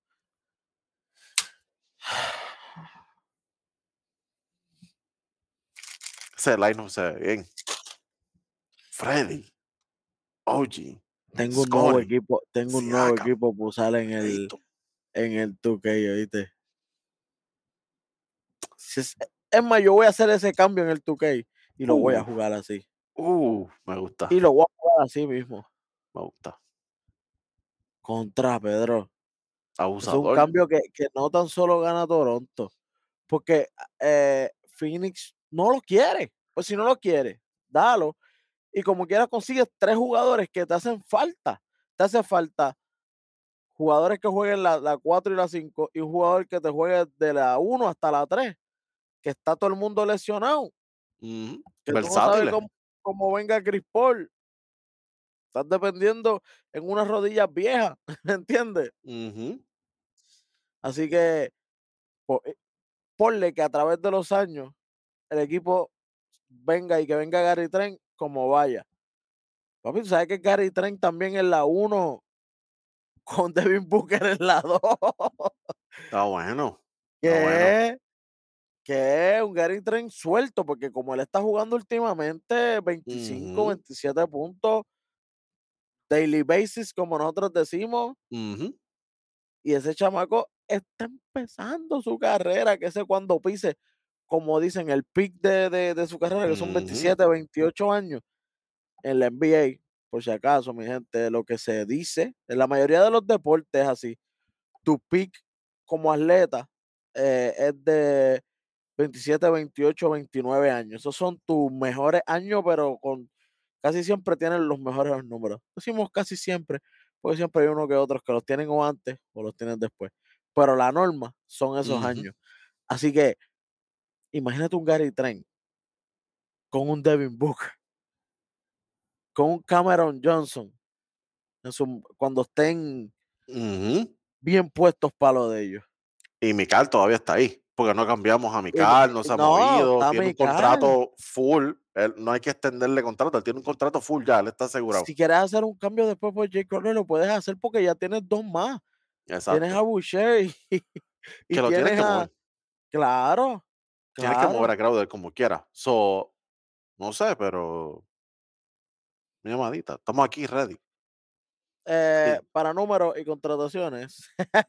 Ese line se ve bien. Freddy, OG, Scotty, Tengo un nuevo Siakam, equipo para usar Ayton. en el 2K, ¿oíste? Si es más, yo voy a hacer ese cambio en el 2K y lo voy a Uh, jugar así. me gusta, Y lo voy a jugar así mismo. me gusta. Contra Pedro. Es un Abusador. cambio que no tan solo gana Toronto, porque Phoenix no lo quiere. Pues si no lo quiere, dalo. Y como quiera consigues 3 jugadores que te hacen falta. Te hace falta jugadores que jueguen la 4 y la 5 y un jugador que te juegue de la 1 hasta la 3, que está todo el mundo lesionado, Ujú. que tú no sabes Versátiles. cómo venga Chris Paul. Estás dependiendo en unas rodillas viejas, ¿entiendes? Ujú, Así que po- eh, ponle que a través de los años el equipo venga y que venga Gary Trent como vaya. Papi, ¿tú sabes que Gary Trent también en la 1 con Devin Booker en la 2? está bueno. Está bueno. ¿Qué? Que es un Gary Trent suelto, porque como él está jugando últimamente 25, Ujú, 27 puntos, daily basis, como nosotros decimos, ujú, y ese chamaco está empezando su carrera, que sé cuando pise, como dicen, el pick de su carrera, que son ujú, 27, 28 años en la NBA, por si acaso, mi gente, lo que se dice, en la mayoría de los deportes es así, tu pick como atleta es de 27, 28, 29 años. Esos son tus mejores años, pero casi siempre tienen los mejores números. Decimos casi siempre, porque siempre hay uno que otros que los tienen o antes o los tienen después. Pero la norma son esos ujú, años. Así que imagínate un Gary Trent con un Devin Booker, con un Cameron Johnson, cuando estén ujú. bien puestos para lo de ellos. Y Mikal todavía está ahí, porque no cambiamos a Y Mikal, no se ha no, movido, está tiene un Mikal. contrato full, no hay que extenderle contrato, él tiene un contrato full ya, él está asegurado. Si quieres hacer un cambio después por Jake Crowder, lo puedes hacer porque ya tienes dos más. Tienes a Exacto. Boucher y Que lo tienes tienes que a. mover, Claro, tienes que mover claro. a Crowder como quiera. So, no sé, pero mi llamadita, estamos aquí ready. Sí, Para números y contrataciones.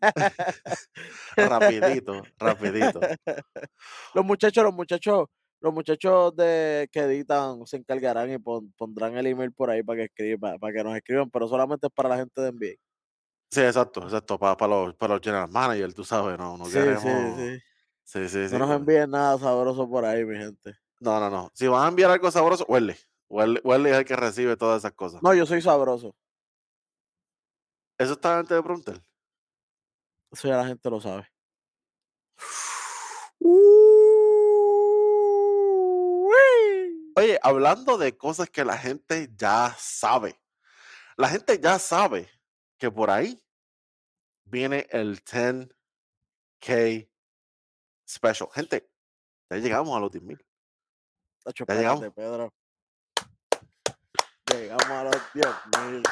rapidito, rapidito. Los muchachos que editan se encargarán y pondrán el email por ahí para que nos escriban, pero solamente es para la gente de NBA. Sí, exacto, exacto, para los general managers, tú sabes, no Sí, sí, queremos. sí. Sí, sí, No sí. nos envíen nada sabroso por ahí, mi gente. No, no, no. Si van a enviar algo sabroso, huele. Huele es el que recibe todas esas cosas. No, yo soy sabroso. Eso está antes de preguntar. Eso ya la gente lo sabe. Oye, hablando de cosas que la gente ya sabe. La gente ya sabe que por ahí viene el 10K special. Gente, ya llegamos a los 10,000. Tacho, Ya llegamos. espérate, Pedro. Llegamos a los 10,000.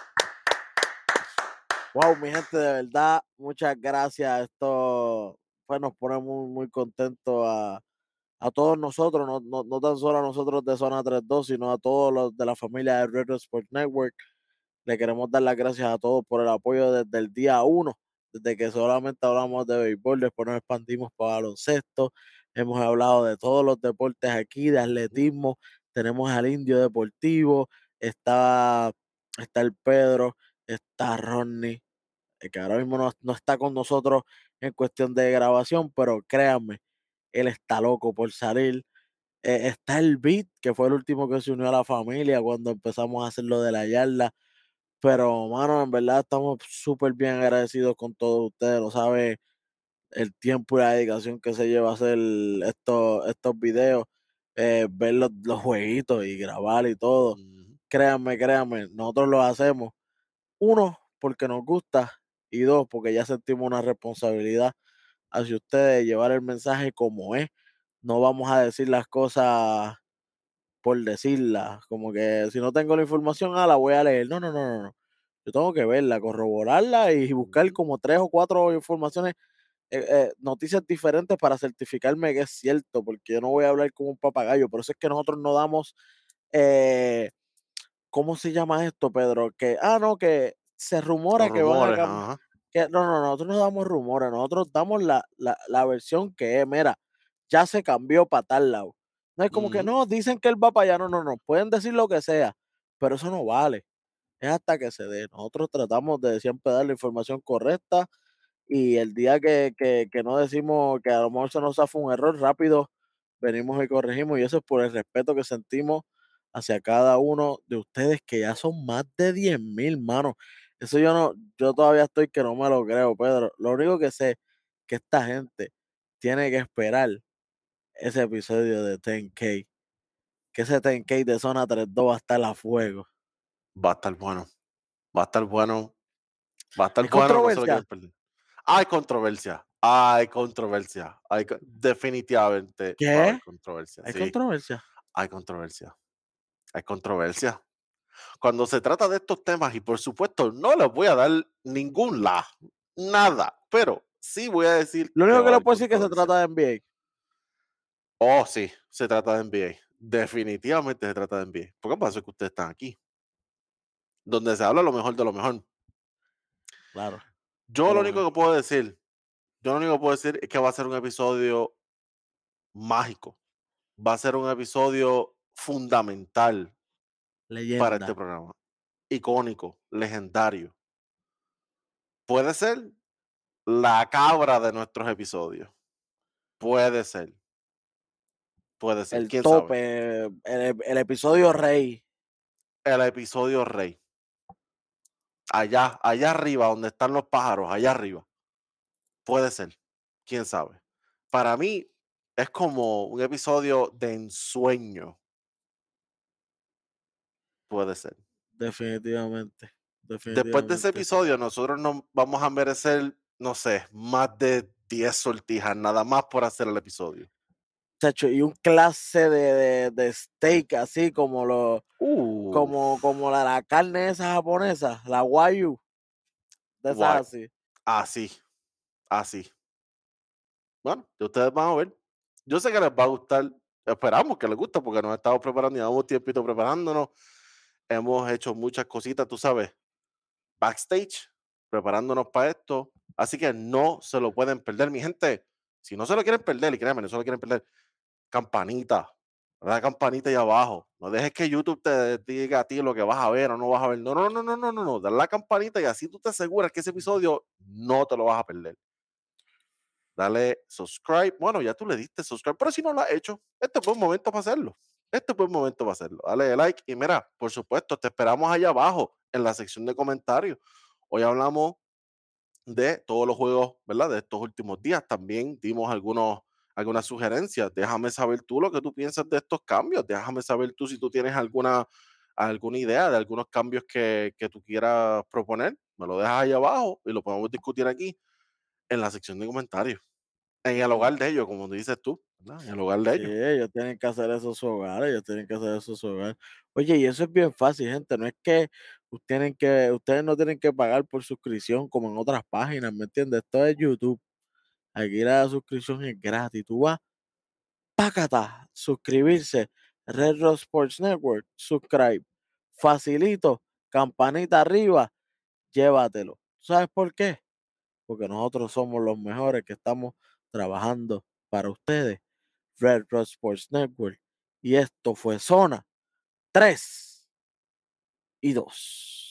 Wow, mi gente, de verdad, muchas gracias. Esto pues, nos pone muy, muy contentos a todos nosotros, no tan solo a nosotros de Zona 32, sino a todos los de la familia de Red Sport Network. Le queremos dar las gracias a todos por el apoyo desde el día uno, desde que solamente hablamos de béisbol, después nos expandimos para baloncesto, hemos hablado de todos los deportes aquí, de atletismo, tenemos al Indio Deportivo, está, está el Pedro, está Ronnie, que ahora mismo no está con nosotros en cuestión de grabación, pero créanme, él está loco por salir. Está el Beat, que fue el último que se unió a la familia cuando empezamos a hacer lo de la yarda. Pero, mano, en verdad estamos súper bien agradecidos con todos ustedes. No sabe el tiempo y la dedicación que se lleva a hacer estos videos, ver los jueguitos y grabar y todo. Ujú. Créanme, nosotros lo hacemos. Uno, porque nos gusta. Y dos, porque ya sentimos una responsabilidad hacia ustedes, llevar el mensaje como es. No vamos a decir las cosas por decirlas, como que si no tengo la información, la voy a leer. No, no, no, no, no. Yo tengo que verla, corroborarla y buscar Ujú. como 3 o 4 informaciones, noticias diferentes para certificarme que es cierto, porque yo no voy a hablar como un papagayo. Por eso es que nosotros no damos, eh, ¿cómo se llama esto, Pedro? Que, no, que se Los rumora que van a rumores, cambiar, ajá. que no, no, nosotros no damos rumores, nosotros damos la versión que es, mira, ya se cambió para tal lado. No es como que Ujú. no, dicen que él va para allá, no, no, no, pueden decir lo que sea, pero eso no vale, es hasta que se dé. Nosotros tratamos de siempre dar la información correcta y el día que no decimos que a lo mejor se nos fue un error, rápido venimos y corregimos, y eso es por el respeto que sentimos hacia cada uno de ustedes, que ya son más de 10,000, mano. Eso yo todavía estoy que no me lo creo, Pedro. Lo único que sé que esta gente tiene que esperar ese episodio de 10K, que ese 10K de Zona 3-2 va a estar a fuego. Va a estar bueno. Va a estar bueno. Va a estar Hay bueno, no se lo controversia. quieren perder. Hay controversia. Hay controversia. Definitivamente va a haber ¿Qué? controversia. Hay Sí, controversia. hay controversia. Hay controversia. Cuando se trata de estos temas, y por supuesto, no les voy a dar ningún nada, pero sí voy a decir Lo que único va que a le haber puedo decir es que se controversia. trata de NBA. Oh, sí, se trata de NBA. Definitivamente se trata de NBA. Porque pasa que ustedes están aquí, donde se habla lo mejor de lo mejor. Claro, Yo de lo lo único mejor. que puedo decir, yo lo único que puedo decir es que va a ser un episodio mágico. Va a ser un episodio fundamental para este Leyenda. programa. Icónico, legendario. Puede ser la cabra de nuestros episodios. Puede ser, puede ser. El ¿Quién sabe? tope, el episodio rey. El episodio rey. Allá, allá arriba, donde están los pájaros, allá arriba. Puede ser. ¿Quién sabe? Para mí es como un episodio de ensueño. Puede ser. Definitivamente, Después de ese definitivamente. episodio, nosotros nos vamos a merecer, no sé, más de 10 sortijas, nada más por hacer el episodio. Chacho, y un clase de steak así como como la carne esa japonesa, la Wagyu, de Guay. esas así. Así, así. Bueno, ya ustedes van a ver. Yo sé que les va a gustar. Esperamos que les guste porque nos estamos preparando y llevamos tiempito preparándonos. Hemos hecho muchas cositas, tú sabes, backstage, preparándonos para esto. Así que no se lo pueden perder, mi gente. Si no se lo quieren perder, y créanme, no se lo quieren perder, campanita, la campanita ahí abajo. No dejes que YouTube te diga a ti lo que vas a ver o no vas a ver. No, no, no, no, no, no, no. Dale la campanita y así tú te aseguras que ese episodio no te lo vas a perder. Dale subscribe. Bueno, ya tú le diste subscribe, pero si no lo has hecho, este es buen momento para hacerlo. Este es buen momento para hacerlo. Dale like y mira, por supuesto, te esperamos allá abajo en la sección de comentarios. Hoy hablamos de todos los juegos, ¿verdad? De estos últimos días. También dimos algunas sugerencias. Déjame saber tú lo que tú piensas de estos cambios. Déjame saber tú si tú tienes alguna idea de algunos cambios que tú quieras proponer. Me lo dejas ahí abajo y lo podemos discutir aquí en la sección de comentarios. En el Ujú. hogar de ellos, como dices tú, ¿verdad? En el hogar de Sí, ellos. ellos tienen que hacer eso en su hogar, ellos tienen que hacer eso en su hogar. Oye, y eso es bien fácil, gente, no es que ustedes no tienen que pagar por suscripción como en otras páginas, ¿me entiendes? Esto es YouTube. Aquí la suscripción es gratis. Tú vas, pácata, suscribirse, Red Rock Sports Network, subscribe. Facilito, campanita arriba, llévatelo. ¿Sabes por qué? Porque nosotros somos los mejores que estamos trabajando para ustedes. Red Rock Sports Network. Y esto fue Zona 3 y 2.